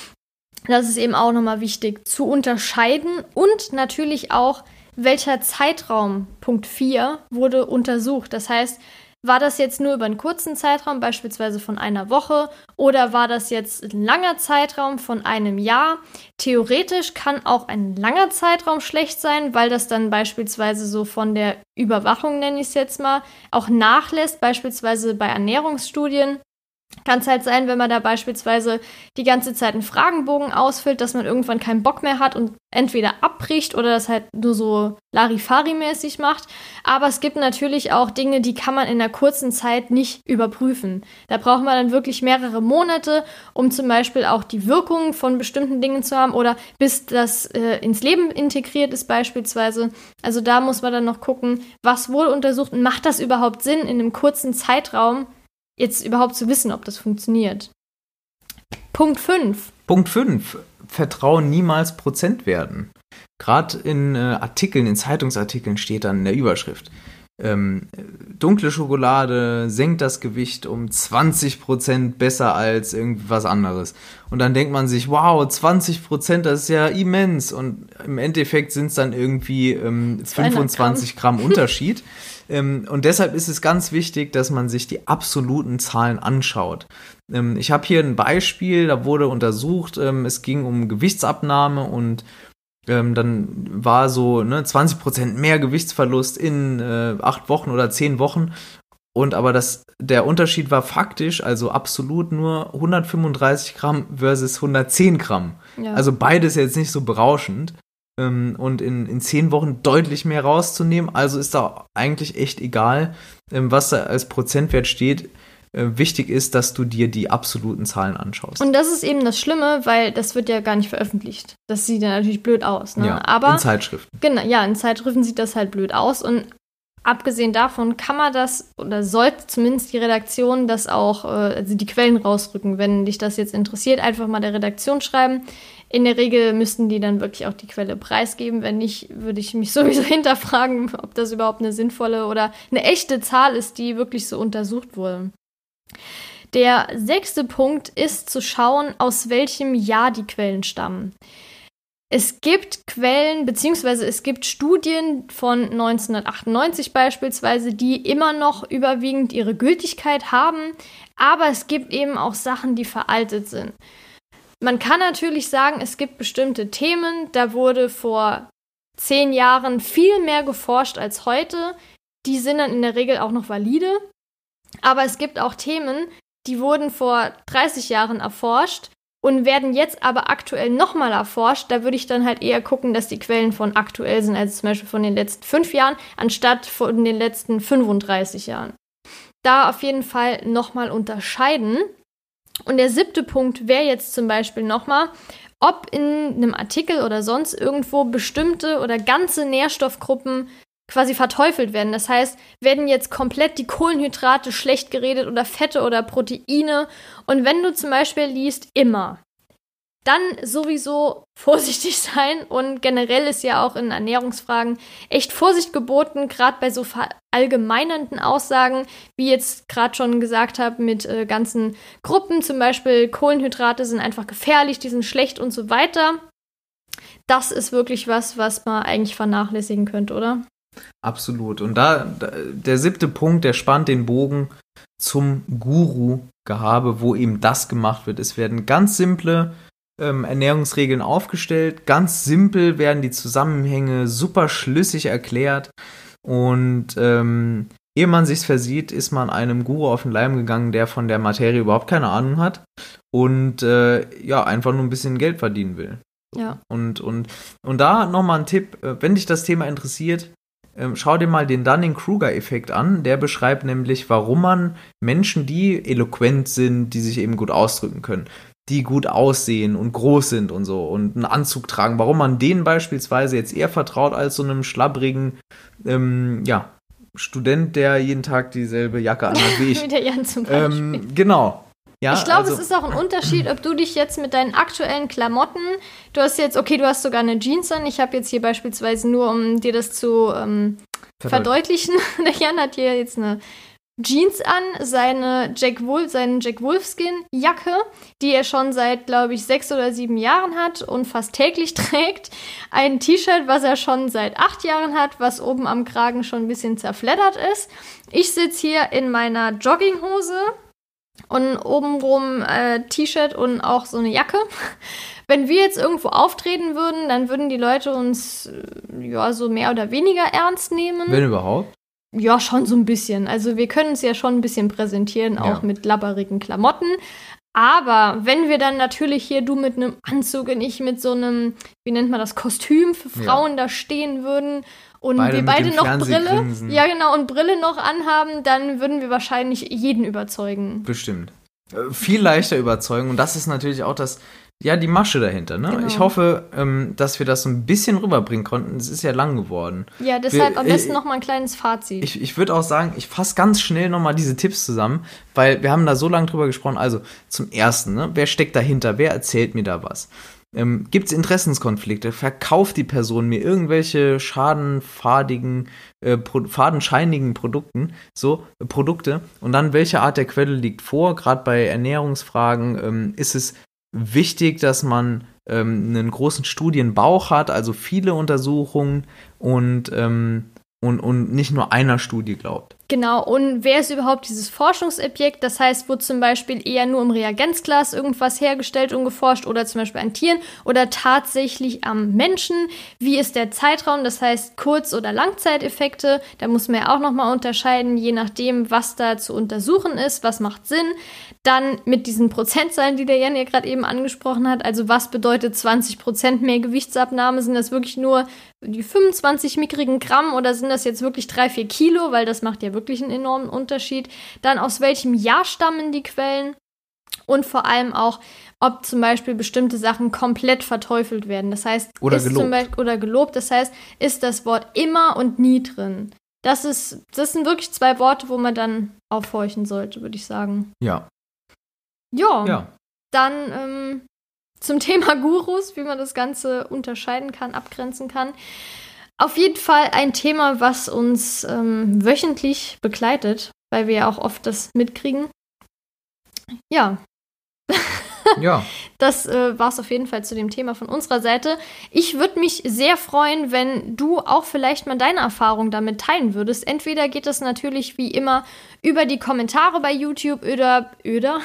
Das ist eben auch nochmal wichtig zu unterscheiden und natürlich auch, welcher Zeitraum, Punkt vier, wurde untersucht. Das heißt, war das jetzt nur über einen kurzen Zeitraum, beispielsweise von einer Woche, oder war das jetzt ein langer Zeitraum von einem Jahr? Theoretisch kann auch ein langer Zeitraum schlecht sein, weil das dann beispielsweise so von der Überwachung, nenne ich es jetzt mal, auch nachlässt, beispielsweise bei Ernährungsstudien. Kann es halt sein, wenn man da beispielsweise die ganze Zeit einen Fragenbogen ausfüllt, dass man irgendwann keinen Bock mehr hat und entweder abbricht oder das halt nur so Larifari-mäßig macht. Aber es gibt natürlich auch Dinge, die kann man in einer kurzen Zeit nicht überprüfen. Da braucht man dann wirklich mehrere Monate, um zum Beispiel auch die Wirkung von bestimmten Dingen zu haben oder bis das äh, ins Leben integriert ist beispielsweise. Also da muss man dann noch gucken, was wurde untersucht und macht das überhaupt Sinn, in einem kurzen Zeitraum jetzt überhaupt zu wissen, ob das funktioniert. Punkt fünf. Punkt fünf. Vertrauen niemals Prozentwerten. Gerade in äh, Artikeln, in Zeitungsartikeln steht dann in der Überschrift, ähm, dunkle Schokolade senkt das Gewicht um zwanzig Prozent besser als irgendwas anderes. Und dann denkt man sich, wow, zwanzig Prozent, das ist ja immens. Und im Endeffekt sind es dann irgendwie ähm, fünfundzwanzig Gramm Unterschied. Ähm, und deshalb ist es ganz wichtig, dass man sich die absoluten Zahlen anschaut. Ähm, ich habe hier ein Beispiel, da wurde untersucht, ähm, es ging um Gewichtsabnahme und ähm, dann war so ne, zwanzig Prozent mehr Gewichtsverlust in äh, acht Wochen oder zehn Wochen. Und aber das, der Unterschied war faktisch, also absolut nur hundertfünfunddreißig Gramm versus hundertzehn Gramm. Ja. Also beides jetzt nicht so berauschend. Und in, in zehn Wochen deutlich mehr rauszunehmen. Also ist da eigentlich echt egal, was da als Prozentwert steht. Wichtig ist, dass du dir die absoluten Zahlen anschaust. Und das ist eben das Schlimme, weil das wird ja gar nicht veröffentlicht. Das sieht ja natürlich blöd aus. Ne? Ja, aber in Zeitschriften. Genau, ja, in Zeitschriften sieht das halt blöd aus. Und abgesehen davon kann man das, oder sollte zumindest die Redaktion das auch, also die Quellen rausrücken. Wenn dich das jetzt interessiert, einfach mal der Redaktion schreiben. In der Regel müssten die dann wirklich auch die Quelle preisgeben. Wenn nicht, würde ich mich sowieso hinterfragen, ob das überhaupt eine sinnvolle oder eine echte Zahl ist, die wirklich so untersucht wurde. Der sechste Punkt ist zu schauen, aus welchem Jahr die Quellen stammen. Es gibt Quellen, beziehungsweise es gibt Studien von neunzehnhundertachtundneunzig beispielsweise, die immer noch überwiegend ihre Gültigkeit haben, aber es gibt eben auch Sachen, die veraltet sind. Man kann natürlich sagen, es gibt bestimmte Themen, da wurde vor zehn Jahren viel mehr geforscht als heute. Die sind dann in der Regel auch noch valide. Aber es gibt auch Themen, die wurden vor dreißig Jahren erforscht und werden jetzt aber aktuell nochmal erforscht. Da würde ich dann halt eher gucken, dass die Quellen von aktuell sind, also zum Beispiel von den letzten fünf Jahren, anstatt von den letzten fünfunddreißig Jahren. Da auf jeden Fall nochmal unterscheiden. Und der siebte Punkt wäre jetzt zum Beispiel nochmal, ob in einem Artikel oder sonst irgendwo bestimmte oder ganze Nährstoffgruppen quasi verteufelt werden. Das heißt, werden jetzt komplett die Kohlenhydrate schlecht geredet oder Fette oder Proteine. Und wenn du zum Beispiel liest, immer, dann sowieso vorsichtig sein. Und generell ist ja auch in Ernährungsfragen echt Vorsicht geboten, gerade bei so verallgemeinernden Aussagen, wie jetzt gerade schon gesagt habe, mit äh, ganzen Gruppen, zum Beispiel Kohlenhydrate sind einfach gefährlich, die sind schlecht und so weiter. Das ist wirklich was, was man eigentlich vernachlässigen könnte, oder? Absolut. Und da, da der siebte Punkt, der spannt den Bogen zum Guru-Gehabe, wo eben das gemacht wird. Es werden ganz simple ähm, Ernährungsregeln aufgestellt, ganz simpel werden die Zusammenhänge super schlüssig erklärt und ähm, ehe man sich's versieht, ist man einem Guru auf den Leim gegangen, der von der Materie überhaupt keine Ahnung hat und äh, ja, einfach nur ein bisschen Geld verdienen will. Ja. Und, und, und da nochmal ein Tipp, wenn dich das Thema interessiert, ähm, schau dir mal den Dunning-Kruger-Effekt an. Der beschreibt nämlich, warum man Menschen, die eloquent sind, die sich eben gut ausdrücken können, die gut aussehen und groß sind und so und einen Anzug tragen, warum man denen beispielsweise jetzt eher vertraut als so einem schlabbrigen, ähm, ja, Student, der jeden Tag dieselbe Jacke anhat wie ich. Wie der Jan zum Beispiel. Ähm, genau. Ja, ich glaube, also, es ist auch ein Unterschied, ob du dich jetzt mit deinen aktuellen Klamotten, du hast jetzt, okay, du hast sogar eine Jeans an, ich habe jetzt hier beispielsweise nur, um dir das zu ähm, verdeutlichen, der Jan hat hier jetzt eine Jeans an, seine Jack Wolf, seinen Jack Wolfskin-Jacke, die er schon seit, glaube ich, sechs oder sieben Jahren hat und fast täglich trägt. Ein T-Shirt, was er schon seit acht Jahren hat, was oben am Kragen schon ein bisschen zerfleddert ist. Ich sitze hier in meiner Jogginghose und obenrum äh, T-Shirt und auch so eine Jacke. Wenn wir jetzt irgendwo auftreten würden, dann würden die Leute uns äh, ja so mehr oder weniger ernst nehmen. Wenn überhaupt? Ja, schon so ein bisschen. Also wir können uns ja schon ein bisschen präsentieren, auch ja. mit labberigen Klamotten. Aber wenn wir dann natürlich hier, du mit einem Anzug und ich mit so einem, wie nennt man das, Kostüm für Frauen ja. da stehen würden und beide wir beide noch Brille, ja genau, und Brille noch anhaben, dann würden wir wahrscheinlich jeden überzeugen. Bestimmt. Äh, viel leichter überzeugen. Und das ist natürlich auch das, ja, die Masche dahinter, ne? Genau. Ich hoffe, ähm, dass wir das so ein bisschen rüberbringen konnten. Es ist ja lang geworden. Ja, deshalb wir, am besten äh, noch mal ein kleines Fazit. Ich, ich würde auch sagen, ich fasse ganz schnell noch mal diese Tipps zusammen, weil wir haben da so lange drüber gesprochen. Also zum Ersten, ne? Wer steckt dahinter? Wer erzählt mir da was? Ähm, Gibt es Interessenskonflikte? Verkauft die Person mir irgendwelche schadenfadigen, äh, pro, fadenscheinigen Produkten, so äh, Produkte? Und dann, welche Art der Quelle liegt vor? Gerade bei Ernährungsfragen ähm, ist es wichtig, dass man ähm, einen großen Studienbauch hat, also viele Untersuchungen und, ähm, und, und nicht nur einer Studie glaubt. Genau, und wer ist überhaupt dieses Forschungsobjekt? Das heißt, wurde zum Beispiel eher nur im Reagenzglas irgendwas hergestellt und geforscht oder zum Beispiel an Tieren oder tatsächlich am Menschen? Wie ist der Zeitraum? Das heißt, Kurz- oder Langzeiteffekte. Da muss man ja auch nochmal unterscheiden, je nachdem, was da zu untersuchen ist, was macht Sinn. Dann mit diesen Prozentzahlen, die der Jan ja gerade eben angesprochen hat. Also was bedeutet zwanzig Prozent mehr Gewichtsabnahme? Sind das wirklich nur die fünfundzwanzig mickrigen Gramm oder sind das jetzt wirklich drei, vier Kilo? Weil das macht ja wirklich einen enormen Unterschied. Dann aus welchem Jahr stammen die Quellen? Und vor allem auch, ob zum Beispiel bestimmte Sachen komplett verteufelt werden. Das heißt, oder ist gelobt. Zum Beispiel, oder gelobt. Das heißt, ist das Wort immer und nie drin. Das ist, das sind wirklich zwei Worte, wo man dann aufhorchen sollte, würde ich sagen. Ja. Ja, ja. Dann ähm, zum Thema Gurus, wie man das Ganze unterscheiden kann, abgrenzen kann. Auf jeden Fall ein Thema, was uns ähm, wöchentlich begleitet, weil wir ja auch oft das mitkriegen. Ja. Ja. Das äh, war es auf jeden Fall zu dem Thema von unserer Seite. Ich würde mich sehr freuen, wenn du auch vielleicht mal deine Erfahrung damit teilen würdest. Entweder geht das natürlich wie immer über die Kommentare bei YouTube oder, oder,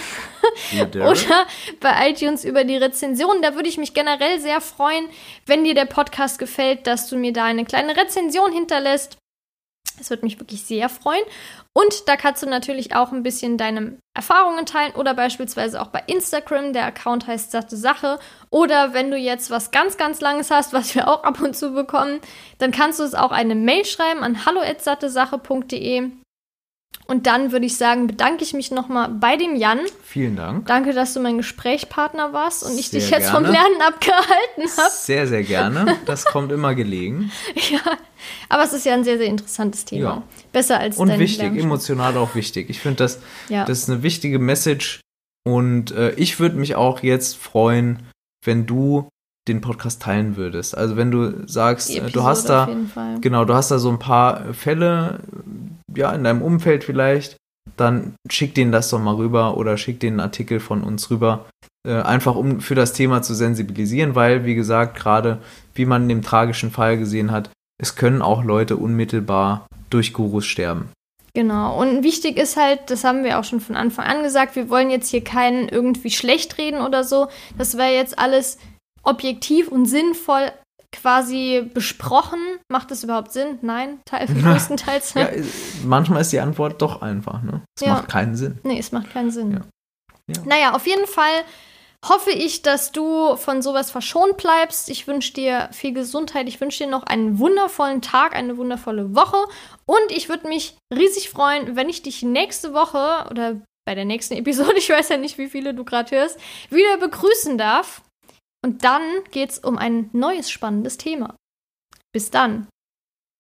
oder bei iTunes über die Rezension. Da würde ich mich generell sehr freuen, wenn dir der Podcast gefällt, dass du mir da eine kleine Rezension hinterlässt. Das würde mich wirklich sehr freuen. Und da kannst du natürlich auch ein bisschen deine Erfahrungen teilen oder beispielsweise auch bei Instagram. Der Account heißt Satte Sache. Oder wenn du jetzt was ganz, ganz Langes hast, was wir auch ab und zu bekommen, dann kannst du es auch eine Mail schreiben an hallo at sattesache punkt de. Und dann würde ich sagen, bedanke ich mich nochmal bei dem Jan. Vielen Dank. Danke, dass du mein Gesprächspartner warst und ich sehr dich jetzt gerne. vom Lernen abgehalten habe. Sehr, sehr gerne. Das kommt immer gelegen. Ja, aber es ist ja ein sehr, sehr interessantes Thema. Ja. Besser als Und dein wichtig, Lernstoff. emotional auch wichtig. Ich finde, das, ja. das ist eine wichtige Message. Und äh, ich würde mich auch jetzt freuen, wenn du den Podcast teilen würdest. Also wenn du sagst, Die du hast da, genau, du hast da so ein paar Fälle, ja, in deinem Umfeld vielleicht, dann schick denen das doch mal rüber oder schick den Artikel von uns rüber, äh, einfach um für das Thema zu sensibilisieren, weil, wie gesagt, gerade wie man in dem tragischen Fall gesehen hat, es können auch Leute unmittelbar durch Gurus sterben. Genau, und wichtig ist halt, das haben wir auch schon von Anfang an gesagt, wir wollen jetzt hier keinen irgendwie schlecht reden oder so, das wäre jetzt alles objektiv und sinnvoll quasi besprochen. Macht das überhaupt Sinn? Nein, Teil, größtenteils. Ja, manchmal ist die Antwort doch einfach, ne? Es ja. macht keinen Sinn. Nee, es macht keinen Sinn. Ja. Ja. Naja, auf jeden Fall hoffe ich, dass du von sowas verschont bleibst. Ich wünsche dir viel Gesundheit. Ich wünsche dir noch einen wundervollen Tag, eine wundervolle Woche. Und ich würde mich riesig freuen, wenn ich dich nächste Woche oder bei der nächsten Episode, ich weiß ja nicht, wie viele du gerade hörst, wieder begrüßen darf. Und dann geht's um ein neues spannendes Thema. Bis dann.